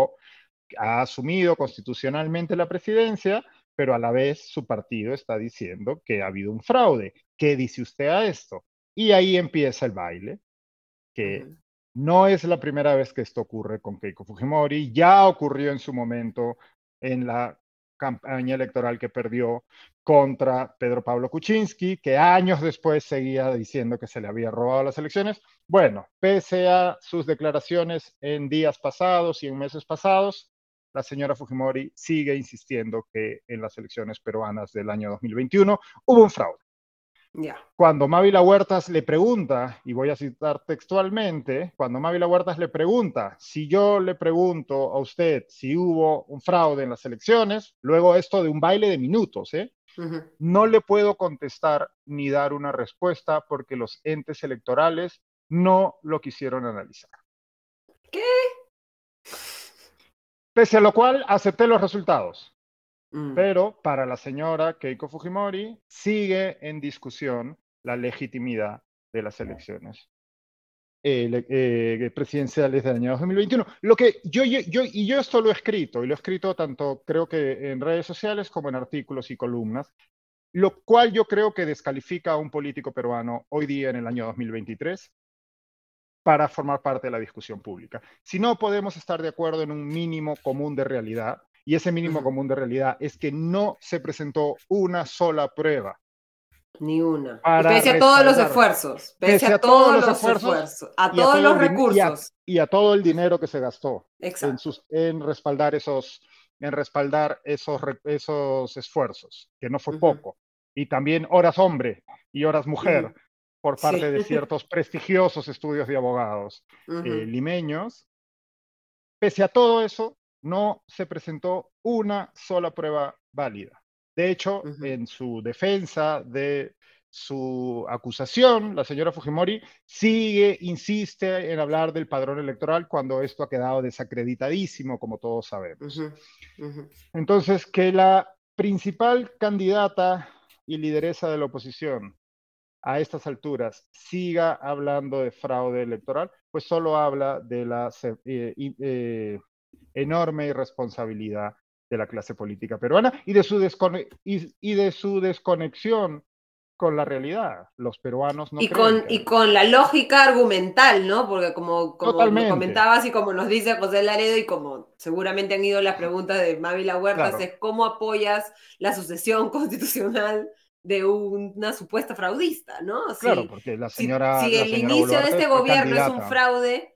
ha asumido constitucionalmente la presidencia, pero a la vez su partido está diciendo que ha habido un fraude. ¿Qué dice usted a esto? Y ahí empieza el baile, que no es la primera vez que esto ocurre con Keiko Fujimori, ya ocurrió en su momento en la campaña electoral que perdió contra Pedro Pablo Kuczynski, que años después seguía diciendo que se le había robado las elecciones. Bueno, pese a sus declaraciones en días pasados y en meses pasados, la señora Fujimori sigue insistiendo que en las elecciones peruanas del año 2021 hubo un fraude. Cuando Mávila Huertas le pregunta, y voy a citar textualmente, cuando Mávila Huertas le pregunta, si yo le pregunto a usted si hubo un fraude en las elecciones, luego esto de un baile de minutos, no le puedo contestar ni dar una respuesta porque los entes electorales no lo quisieron analizar. ¿Qué? Pese a lo cual, acepté los resultados. Pero para la señora Keiko Fujimori sigue en discusión la legitimidad de las elecciones presidenciales del año 2021. Lo que yo esto lo he escrito, y lo he escrito tanto creo que en redes sociales como en artículos y columnas, lo cual yo creo que descalifica a un político peruano hoy día en el año 2023 para formar parte de la discusión pública. Si no podemos estar de acuerdo en un mínimo común de realidad, y ese mínimo común de realidad es que no se presentó una sola prueba. Ni una. Pese a todos los esfuerzos. Pese a todos los esfuerzos. A todos los recursos. Y a todo el dinero que se gastó Exacto. en respaldar esos esfuerzos, que no fue poco. Y también horas hombre y horas mujer por parte de ciertos prestigiosos estudios de abogados limeños. Pese a todo eso, no se presentó una sola prueba válida. De hecho, en su defensa de su acusación, la señora Fujimori insiste en hablar del padrón electoral cuando esto ha quedado desacreditadísimo, como todos sabemos. Entonces, que la principal candidata y lideresa de la oposición a estas alturas siga hablando de fraude electoral, pues solo habla de la enorme irresponsabilidad de la clase política peruana y de su desconexión con la realidad. Los peruanos no creen Y que... con la lógica argumental, ¿no? Porque como lo Totalmente, comentabas y como nos dice José Laredo y como seguramente han ido las preguntas de Mávila Huertas, claro, es cómo apoyas la sucesión constitucional de una supuesta fraudista, ¿no? claro, porque Si la el señora inicio de Boluarte este fue gobierno es un candidata. fraude,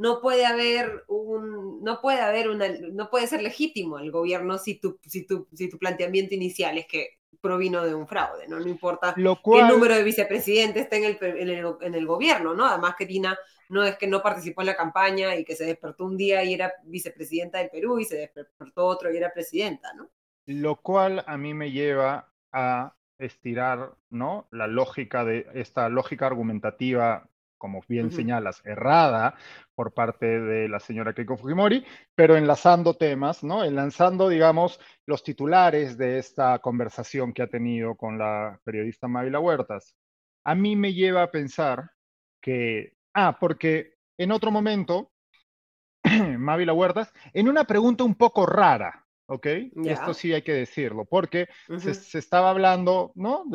no puede ser legítimo el gobierno si tu planteamiento inicial es que provino de un fraude, ¿no? No importa Lo qué cual, número de vicepresidentes está en el gobierno, ¿no? Además que Dina no es que no participó en la campaña y que se despertó un día y era vicepresidenta del Perú y se despertó otro y era presidenta, ¿no? lo cual a mí me lleva a estirar, ¿no? La lógica de esta lógica argumentativa, como bien Ujú, señalas, errada por parte de la señora Keiko Fujimori, pero enlazando temas, ¿no? Enlazando, digamos, los titulares de esta conversación que ha tenido con la periodista Mávila Huertas. A mí me lleva a pensar que, porque en otro momento Mávila Huertas, en una pregunta un poco rara, ¿ok? Esto ya. sí hay que decirlo, porque Ujú, se estaba hablando, ¿no?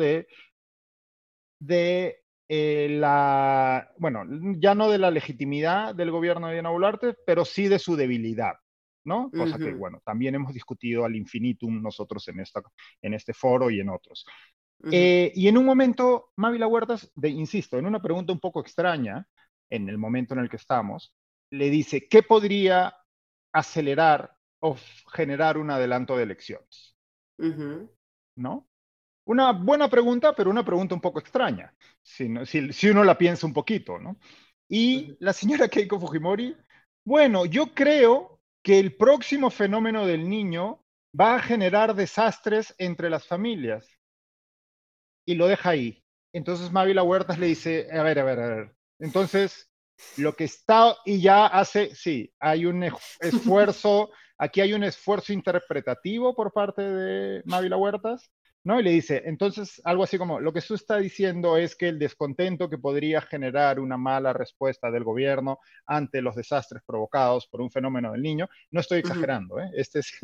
De bueno, ya no de la legitimidad del gobierno de Dina Boluarte, pero sí de su debilidad, ¿no? Cosa que, ujú, bueno, también hemos discutido al infinitum nosotros en este foro y en otros. ujú, Y en un momento, Mávila Huertas, insisto, en una pregunta un poco extraña, en el momento en el que estamos, le dice, ¿qué podría acelerar o generar un adelanto de elecciones? ujú, ¿No? Una buena pregunta, pero una pregunta un poco extraña, si uno la piensa un poquito, ¿no? Y ujú. la señora Keiko Fujimori, bueno, yo creo que el próximo fenómeno del niño va a generar desastres entre las familias y lo deja ahí. Entonces Mávila Huertas le dice, a ver, a ver, a ver. Entonces, lo que está y ya hace, sí, hay un esfuerzo, aquí hay un esfuerzo interpretativo por parte de Mávila Huertas, ¿no? Y le dice, entonces, algo así como, lo que tú está diciendo es que el descontento que podría generar una mala respuesta del gobierno ante los desastres provocados por un fenómeno del niño, no estoy Ujú. exagerando, ¿eh?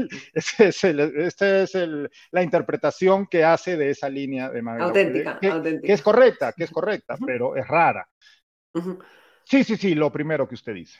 La interpretación que hace de esa línea de Mávila, Auténtica, que auténtica. es correcta, Ujú, pero es rara. ujú, Sí, sí, sí, lo primero que usted dice.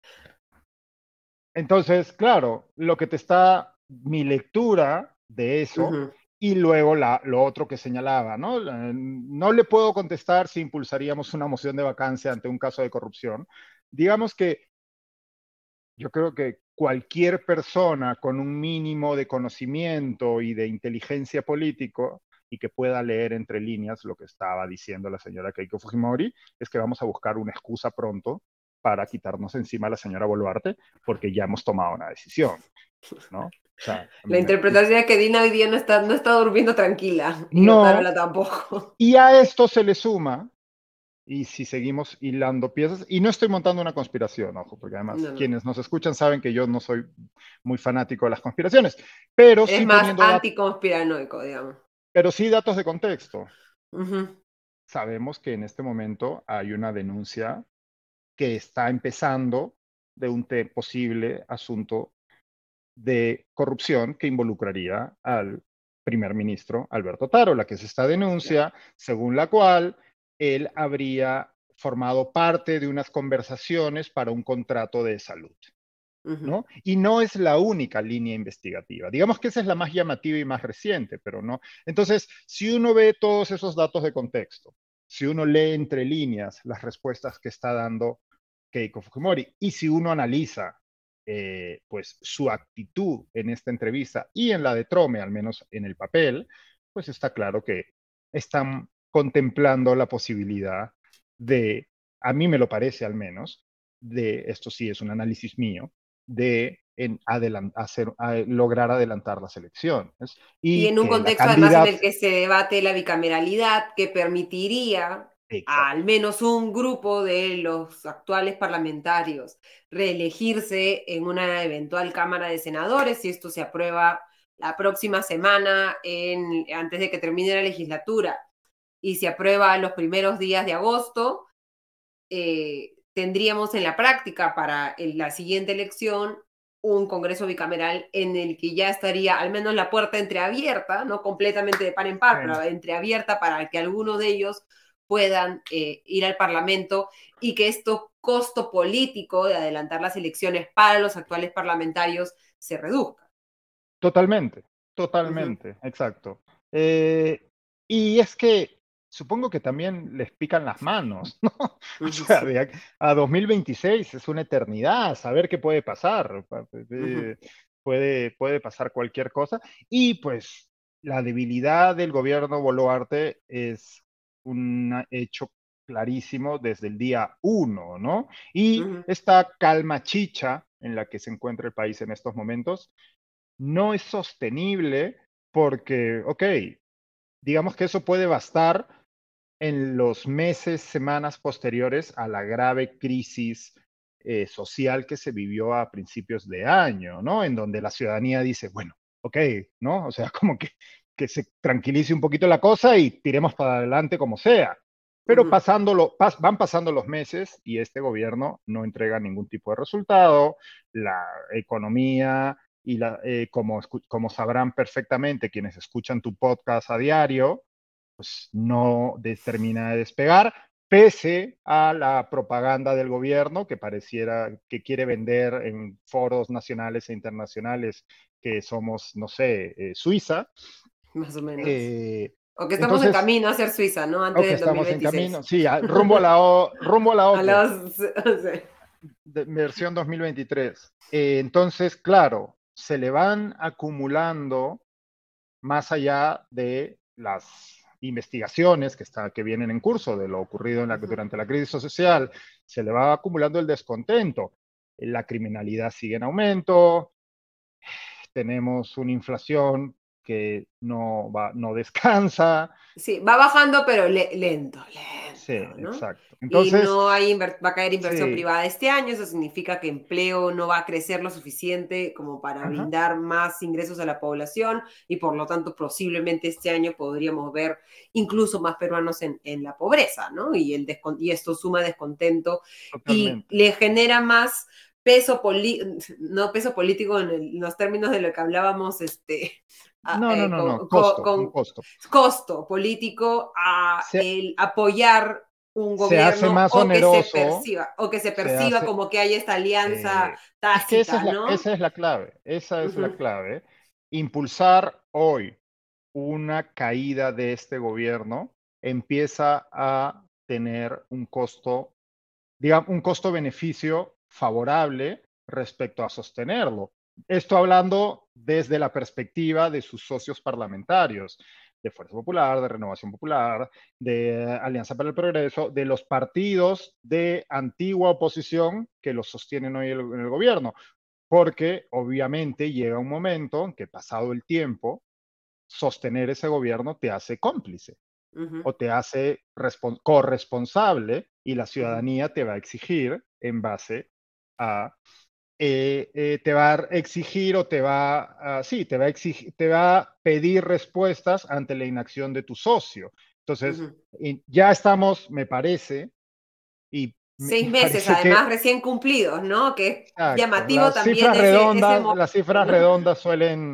Entonces, claro, lo que te está, mi lectura de eso, ujú. y luego lo otro que señalaba, ¿no? No le puedo contestar si impulsaríamos una moción de vacancia ante un caso de corrupción. Digamos que yo creo que cualquier persona con un mínimo de conocimiento y de inteligencia político y que pueda leer entre líneas lo que estaba diciendo la señora Keiko Fujimori, es que vamos a buscar una excusa pronto para quitarnos encima a la señora Boluarte, porque ya hemos tomado una decisión, ¿no? O sea, La interpretación es que Dina hoy día no está durmiendo tranquila y no, Otárola tampoco. y a esto se le suma, y si seguimos hilando piezas, y no estoy montando una conspiración, ojo, porque además No, no. quienes nos escuchan saben que yo no soy muy fanático de las conspiraciones, pero Eres sí más anticonspiranoico, digamos. pero sí datos de contexto. Ujú, Sabemos que en este momento hay una denuncia que está empezando de un posible asunto de corrupción que involucraría al primer ministro Alberto Tarola, que es esta claro. denuncia según la cual él habría formado parte de unas conversaciones para un contrato de salud, Ujú, ¿no? Y no es la única línea investigativa. Digamos que esa es la más llamativa y más reciente, pero no. Entonces, si uno ve todos esos datos de contexto, si uno lee entre líneas las respuestas que está dando Keiko Fujimori y si uno analiza pues su actitud en esta entrevista y en la de Trome, al menos en el papel, pues está claro que están contemplando la posibilidad de, a mí me lo parece al menos, de, esto sí es un análisis mío, de lograr adelantar las elecciones y y en un que la contexto además en candidata, el que se debate la bicameralidad que permitiría a exacto, al menos un grupo de los actuales parlamentarios reelegirse en una eventual Cámara de Senadores, si esto se aprueba la próxima semana antes de que termine la legislatura. y se aprueba los primeros días de agosto, tendríamos en la práctica para la siguiente elección un Congreso bicameral en el que ya estaría al menos la puerta entreabierta, no completamente de par en par, pero entreabierta para que algunos de ellos puedan ir al Parlamento y que esto costo político de adelantar las elecciones para los actuales parlamentarios se reduzca. Totalmente, exacto. Y es que supongo que también les pican las manos, ¿no? O sea, a 2026 es una eternidad, saber qué puede pasar. Puede pasar cualquier cosa. Y pues la debilidad del gobierno Boluarte es un hecho clarísimo desde el día 1, ¿no? Y esta calma chicha en la que se encuentra el país en estos momentos no es sostenible porque, ok, digamos que eso puede bastar en los meses, semanas posteriores a la grave crisis social que se vivió a principios de año, ¿no? En donde la ciudadanía dice, bueno, ok, ¿no? O sea, como que se tranquilice un poquito la cosa y tiremos para adelante como sea. Pero van pasando los meses y este gobierno no entrega ningún tipo de resultado, la economía y como sabrán perfectamente quienes escuchan tu podcast a diario, pues no termina de despegar, pese a la propaganda del gobierno que pareciera que quiere vender en foros nacionales e internacionales que somos, no sé, Suiza. Más o menos. O que estamos en camino a ser Suiza, ¿no? Antes del 2026. Estamos en camino, sí, rumbo a la OCDE. Versión 2023. Entonces, claro, se le van acumulando más allá de las investigaciones que vienen en curso de lo ocurrido durante la crisis social, se le va acumulando el descontento. La criminalidad sigue en aumento, tenemos una inflación que no descansa. Sí, va bajando, pero lento. Sí, ¿no? exacto. Entonces, y no va a caer inversión privada este año, eso significa que empleo no va a crecer lo suficiente como para brindar más ingresos a la población y por lo tanto posiblemente este año podríamos ver incluso más peruanos en la pobreza, ¿no? Y esto suma descontento y le genera más peso político en los términos de lo que hablábamos costo político el apoyar un gobierno se hace más oneroso, o que se perciba como que hay esta alianza tácita, es que ¿no? Esa es la clave. Impulsar hoy una caída de este gobierno empieza a tener un costo-beneficio favorable respecto a sostenerlo. Esto hablando desde la perspectiva de sus socios parlamentarios, de Fuerza Popular, de Renovación Popular, de Alianza para el Progreso, de los partidos de antigua oposición que los sostienen hoy en el gobierno. Porque obviamente llega un momento en que pasado el tiempo, sostener ese gobierno te hace cómplice o te hace corresponsable y la ciudadanía te va a exigir en base a te va a exigir o te va a pedir respuestas ante la inacción de tu socio. Entonces, ya estamos, me parece, y 6 meses además recién cumplidos, ¿no? Que es llamativo las también cifras redondas, las cifras redondas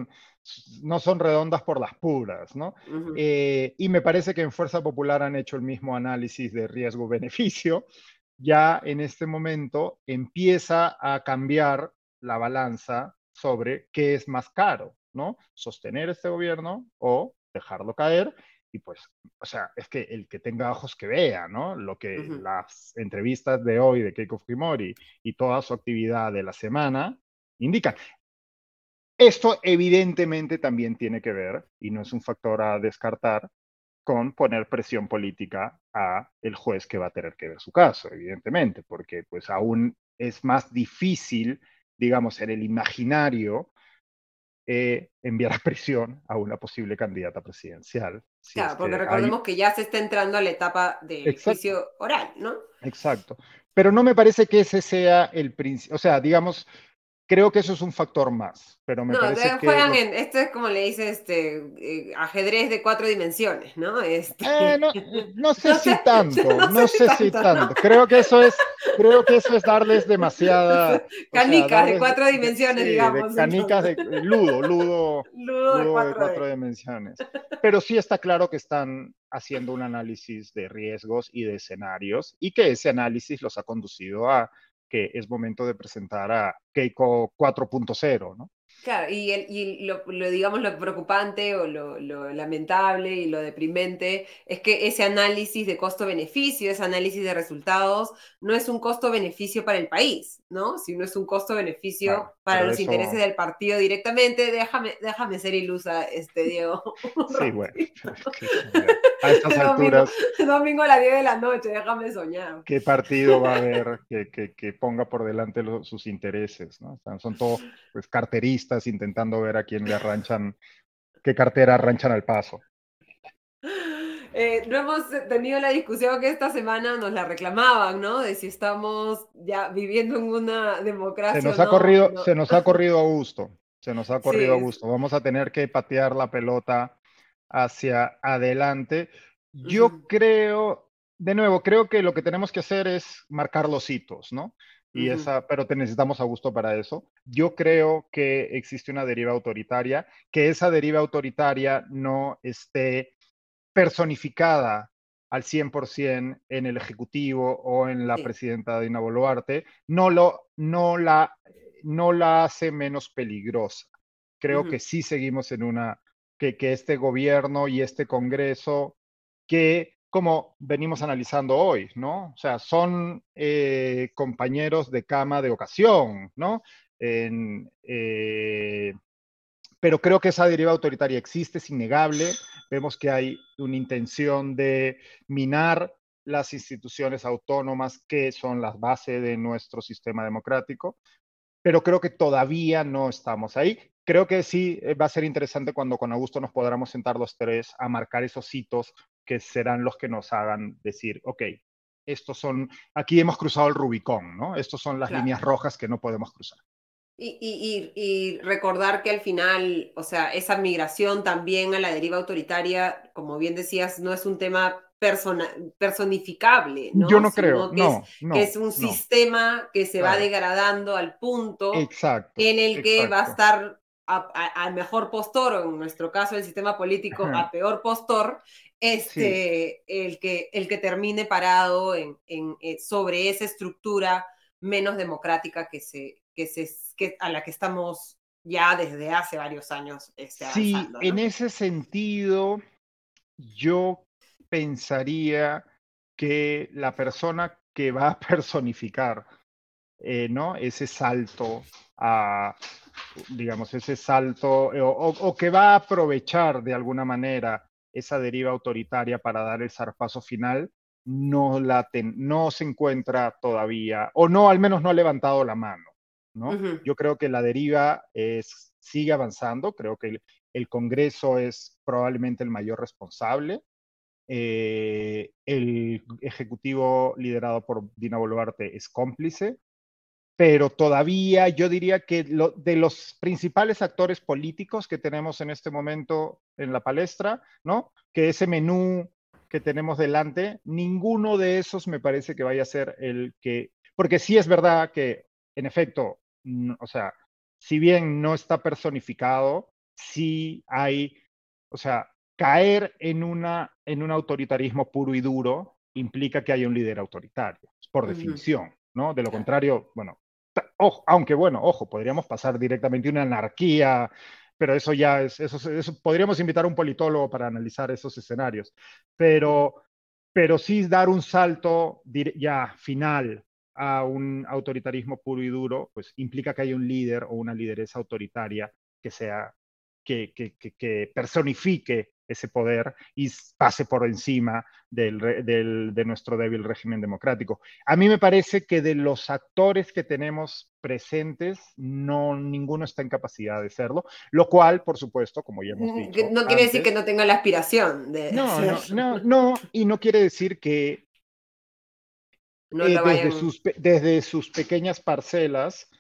no son redondas por las puras, ¿no? Y me parece que en Fuerza Popular han hecho el mismo análisis de riesgo-beneficio. Ya en este momento empieza a cambiar la balanza sobre qué es más caro, ¿no? Sostener este gobierno o dejarlo caer. Y pues, o sea, es que el que tenga ojos que vea, ¿no? Lo que las entrevistas de hoy de Keiko Fujimori y toda su actividad de la semana indican. Esto evidentemente también tiene que ver, y no es un factor a descartar, con poner presión política a el juez que va a tener que ver su caso, evidentemente, porque pues aún es más difícil, digamos, en el imaginario enviar a prisión a una posible candidata presidencial. Claro, porque recordemos que ya se está entrando a la etapa del juicio oral, ¿no? Exacto. Pero no me parece que ese sea el principio, o sea, digamos, creo que eso es un factor más, pero me No, parece que juegan esto es como le dice ajedrez de 4 dimensiones, ¿no? no, no sé No sé, si tanto, no sé no si sé si tanto, ¿no? tanto. Creo que eso es darles demasiada, o sea, Canicas de darles, 4 dimensiones, sí, de digamos, canicas entonces. de ludo, ludo, Ludo de ludo de 4D. 4 dimensiones. Pero sí está claro que están haciendo un análisis de riesgos y de escenarios y que ese análisis los ha conducido a que es momento de presentar a Keiko 4.0, ¿no? Claro, digamos lo preocupante o lo lamentable y lo deprimente es que ese análisis de costo-beneficio, ese análisis de resultados, no es un costo-beneficio para el país, ¿no? Sino es un Claro, costo-beneficio para pero los intereses eso, del partido directamente. Déjame ser ilusa, Diego, un sí, bueno, ratito. pero es que eso ya, a estas Domingo, alturas, domingo a las 10 de la noche, déjame soñar. ¿qué partido va a haber que ponga por delante sus intereses? ¿No? Son todos pues, carteristas intentando ver a quién le arranchan, qué cartera arranchan al paso. No hemos tenido la discusión que esta semana nos la reclamaban, ¿no? De si estamos ya viviendo en una democracia o no. No. Se nos ha corrido a gusto, se nos ha corrido a Sí, gusto. Vamos a tener que patear la pelota hacia adelante. Yo ujú, creo, de nuevo, creo que lo que tenemos que hacer es marcar los hitos, ¿no? ujú, Pero te necesitamos a gusto para eso. Yo creo que existe una deriva autoritaria, que esa deriva autoritaria no esté personificada al 100% en el Ejecutivo o en la sí, presidenta Dina Boluarte, no la hace menos peligrosa. Creo que ujú, sí seguimos en que este gobierno y este Congreso, que como venimos analizando hoy, ¿no? O sea, son compañeros de cama de ocasión, ¿no? En, pero creo que esa deriva autoritaria existe, es innegable. Vemos que hay una intención de minar las instituciones autónomas que son las bases de nuestro sistema democrático, pero creo que todavía no estamos ahí. Creo que sí va a ser interesante cuando con Augusto nos podamos sentar los tres a marcar esos hitos que serán los que nos hagan decir, ok, aquí hemos cruzado el Rubicón, ¿no? Estos son las claro. líneas rojas que no podemos cruzar. Y recordar que al final, o sea, esa migración también a la deriva autoritaria, como bien decías, no es un tema personificable, Yo ¿no? no creo, Sino no, que no, es un no. sistema que se va Claro, degradando al punto exacto, en el que va a exacto. estar al mejor postor, o en nuestro caso el sistema político, a peor postor, Sí, el que termine parado sobre esa estructura menos democrática a la que estamos ya desde hace varios años sí, avanzando, en ¿no? ese sentido, yo pensaría que la persona que va a personificar, ¿no? Ese salto a, digamos, ese salto, o que va a aprovechar de alguna manera esa deriva autoritaria para dar el zarpazo final, no se encuentra todavía, o no, al menos no ha levantado la mano, ¿no? Ujú, Yo creo que la deriva sigue avanzando, creo que el Congreso es probablemente el mayor responsable. El Ejecutivo liderado por Dina Boluarte es cómplice, pero todavía yo diría que de los principales actores políticos que tenemos en este momento en la palestra, ¿no? Que ese menú que tenemos delante, ninguno de esos me parece que vaya a ser el que, porque sí es verdad que, en efecto, o sea, si bien no está personificado, sí hay, o sea, caer en un autoritarismo puro y duro implica que hay un líder autoritario, por ujú, definición, ¿no? De lo claro. contrario, bueno, aunque bueno, ojo, podríamos pasar directamente a una anarquía, pero eso ya eso podríamos invitar a un politólogo para analizar esos escenarios, Ujú. pero, pero sí dar un salto ya final a un autoritarismo puro y duro, pues implica que haya un líder o una lideresa autoritaria que sea, que personifique ese poder y pase por encima de nuestro débil régimen democrático. A mí me parece que de los actores que tenemos presentes, no ninguno está en capacidad de serlo, lo cual, por supuesto, como ya hemos Que dicho no quiere decir que antes, no tenga la aspiración de no, no, hacerlo. no, no, y no quiere decir que No lo vayan. desde sus pequeñas parcelas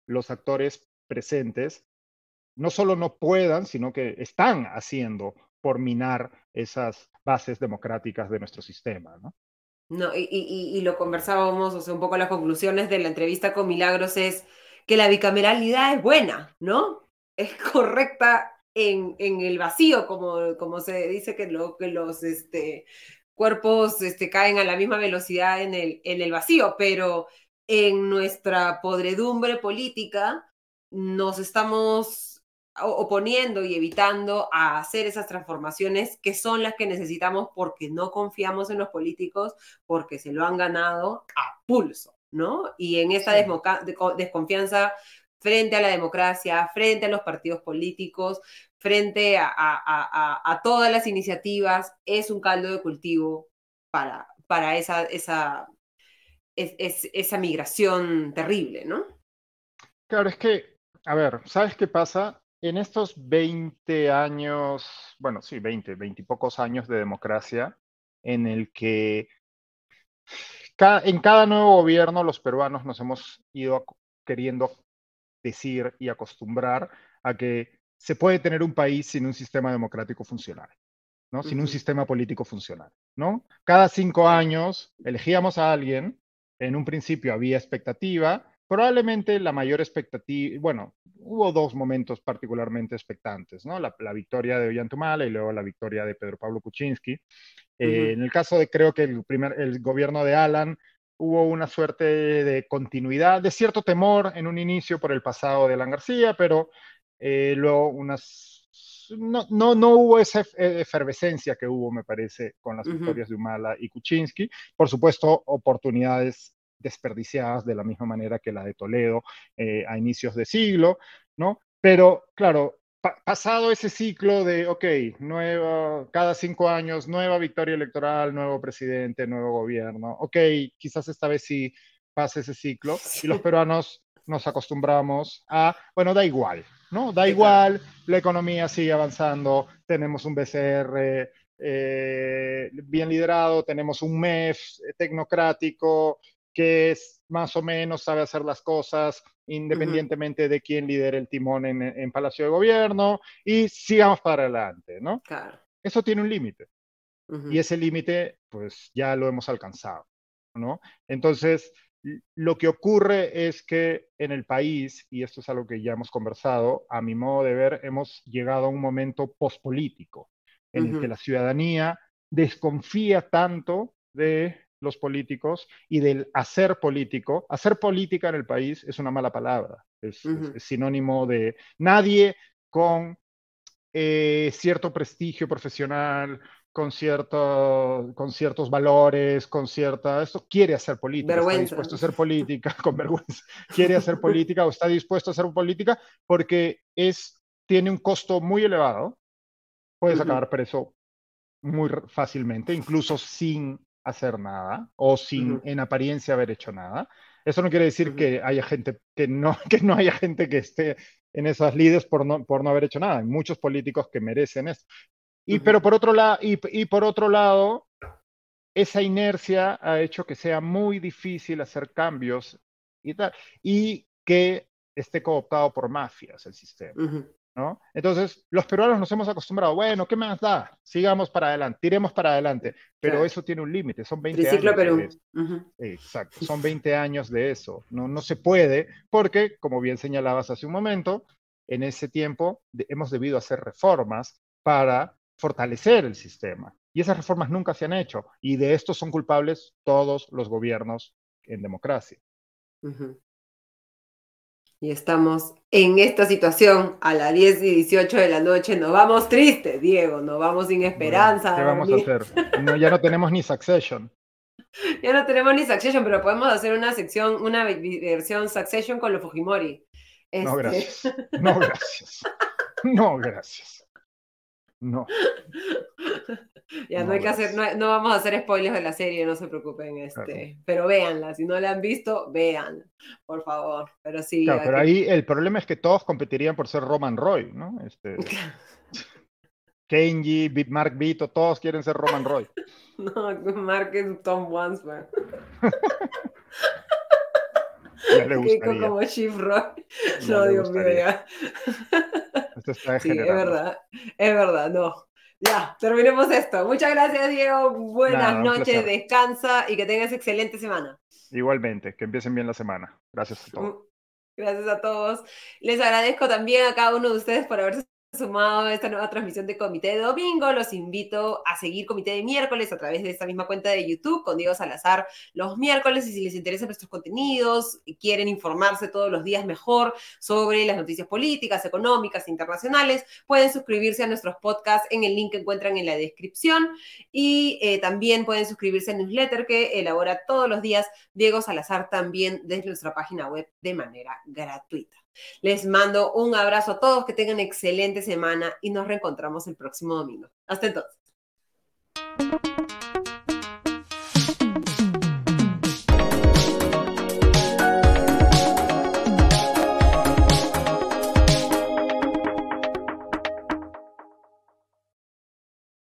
los actores presentes no solo no puedan, sino que están haciendo por minar esas bases democráticas de nuestro sistema, ¿no? No, y lo conversábamos, o sea, un poco las conclusiones de la entrevista con Milagros es que la bicameralidad es buena, ¿no? Es correcta en el vacío, como se dice que los cuerpos caen a la misma velocidad en el vacío, pero en nuestra podredumbre política nos estamos oponiendo y evitando a hacer esas transformaciones que son las que necesitamos porque no confiamos en los políticos, porque se lo han ganado a pulso, ¿no? Y en esta desconfianza frente a la democracia, frente a los partidos políticos, frente a todas las iniciativas, es un caldo de cultivo para esa migración terrible, ¿no? Claro, es que, a ver, ¿sabes qué pasa? En estos 20 años, bueno, sí, 20 y pocos años de democracia, en el que en cada nuevo gobierno los peruanos nos hemos ido queriendo decir y acostumbrar a que se puede tener un país sin un sistema democrático funcional, ¿no? Sin un sistema político funcional, ¿no? Cada 5 años elegíamos a alguien, en un principio había expectativa, probablemente la mayor expectativa, bueno, hubo dos momentos particularmente expectantes, ¿no? La victoria de Ollantumala y luego la victoria de Pedro Pablo Kuczynski. En el caso de, creo que el gobierno de Alan, hubo una suerte de continuidad, de cierto temor en un inicio por el pasado de Alan García, pero luego no hubo esa efervescencia que hubo, me parece, con las victorias de Humala y Kuczynski. Por supuesto, oportunidades desperdiciadas de la misma manera que la de Toledo a inicios de siglo, ¿no? Pero, claro, pasado ese ciclo de, ok, cada 5 años, nueva victoria electoral, nuevo presidente, nuevo gobierno, ok, quizás esta vez sí pase ese ciclo, y los peruanos nos acostumbramos a, bueno, da igual, ¿no? Da igual, la economía sigue avanzando, tenemos un BCR bien liderado, tenemos un MEF tecnocrático que es más o menos sabe hacer las cosas independientemente de quién lidere el timón en Palacio de Gobierno, y sigamos para adelante, ¿no? Claro. Eso tiene un límite, y ese límite, pues ya lo hemos alcanzado, ¿no? Entonces, lo que ocurre es que en el país, y esto es algo que ya hemos conversado, a mi modo de ver, hemos llegado a un momento pospolítico, en el que la ciudadanía desconfía tanto de los políticos y del hacer político. Hacer política en el país es una mala palabra, es sinónimo de nadie con cierto prestigio profesional, con ciertos valores, esto quiere hacer política, vergüenza. Está dispuesto a hacer política, con vergüenza, quiere hacer política o está dispuesto a hacer política porque tiene un costo muy elevado, puedes acabar preso muy fácilmente, incluso sin hacer nada o sin en apariencia haber hecho nada. Eso no quiere decir que haya gente que no haya gente que esté en esas lides por no haber hecho nada. Hay muchos políticos que merecen esto. Pero por otro lado, esa inercia ha hecho que sea muy difícil hacer cambios y tal, y que esté cooptado por mafias el sistema. ¿No? Entonces, los peruanos nos hemos acostumbrado, bueno, ¿qué más da? Sigamos para adelante, tiremos para adelante, pero eso tiene un límite, son 20 Triciclo años Perú. de eso. Exacto, son 20 años de eso, no se puede, porque, como bien señalabas hace un momento, en ese tiempo hemos debido hacer reformas para fortalecer el sistema, y esas reformas nunca se han hecho, y de esto son culpables todos los gobiernos en democracia. Y estamos en esta situación a las 10:18 de la noche. Nos vamos tristes, Diego, nos vamos sin esperanza. Bueno, ¿qué vamos a hacer? Ya no tenemos ni Succession. Ya no tenemos ni Succession, pero podemos hacer una versión Succession con los Fujimori. No, gracias. No, gracias. No, gracias. No. Ya no hay que hacer, no vamos a hacer spoilers de la serie, no se preocupen, claro. Pero véanla, si no la han visto, véanla, por favor. Pero sí. Claro, pero ahí el problema es que todos competirían por ser Roman Roy, ¿no? Kenji, Mark Vito, todos quieren ser Roman Roy. No, Mark es Tom Wansberg. Ya le Keiko gustaría. como Chief Roy. Ya No, le Dios mío, gustaría. ya. Esto está Sí, degenerando. es verdad, no. Ya, terminemos esto. Muchas gracias, Diego. Buenas Nada, un noches, placer. descansa y que tengas excelente semana. Igualmente, que empiecen bien la semana. Gracias a Mm, todos. Gracias a todos. Les agradezco también a cada uno de ustedes por haberse sumado a esta nueva transmisión de Comité de Domingo. Los invito a seguir Comité de Miércoles a través de esta misma cuenta de YouTube con Diego Salazar los miércoles. Y si les interesan nuestros contenidos y quieren informarse todos los días mejor sobre las noticias políticas, económicas, internacionales, pueden suscribirse a nuestros podcasts en el link que encuentran en la descripción. Y también pueden suscribirse al newsletter que elabora todos los días Diego Salazar también desde nuestra página web de manera gratuita. Les mando un abrazo a todos, que tengan excelente semana y nos reencontramos el próximo domingo. Hasta entonces.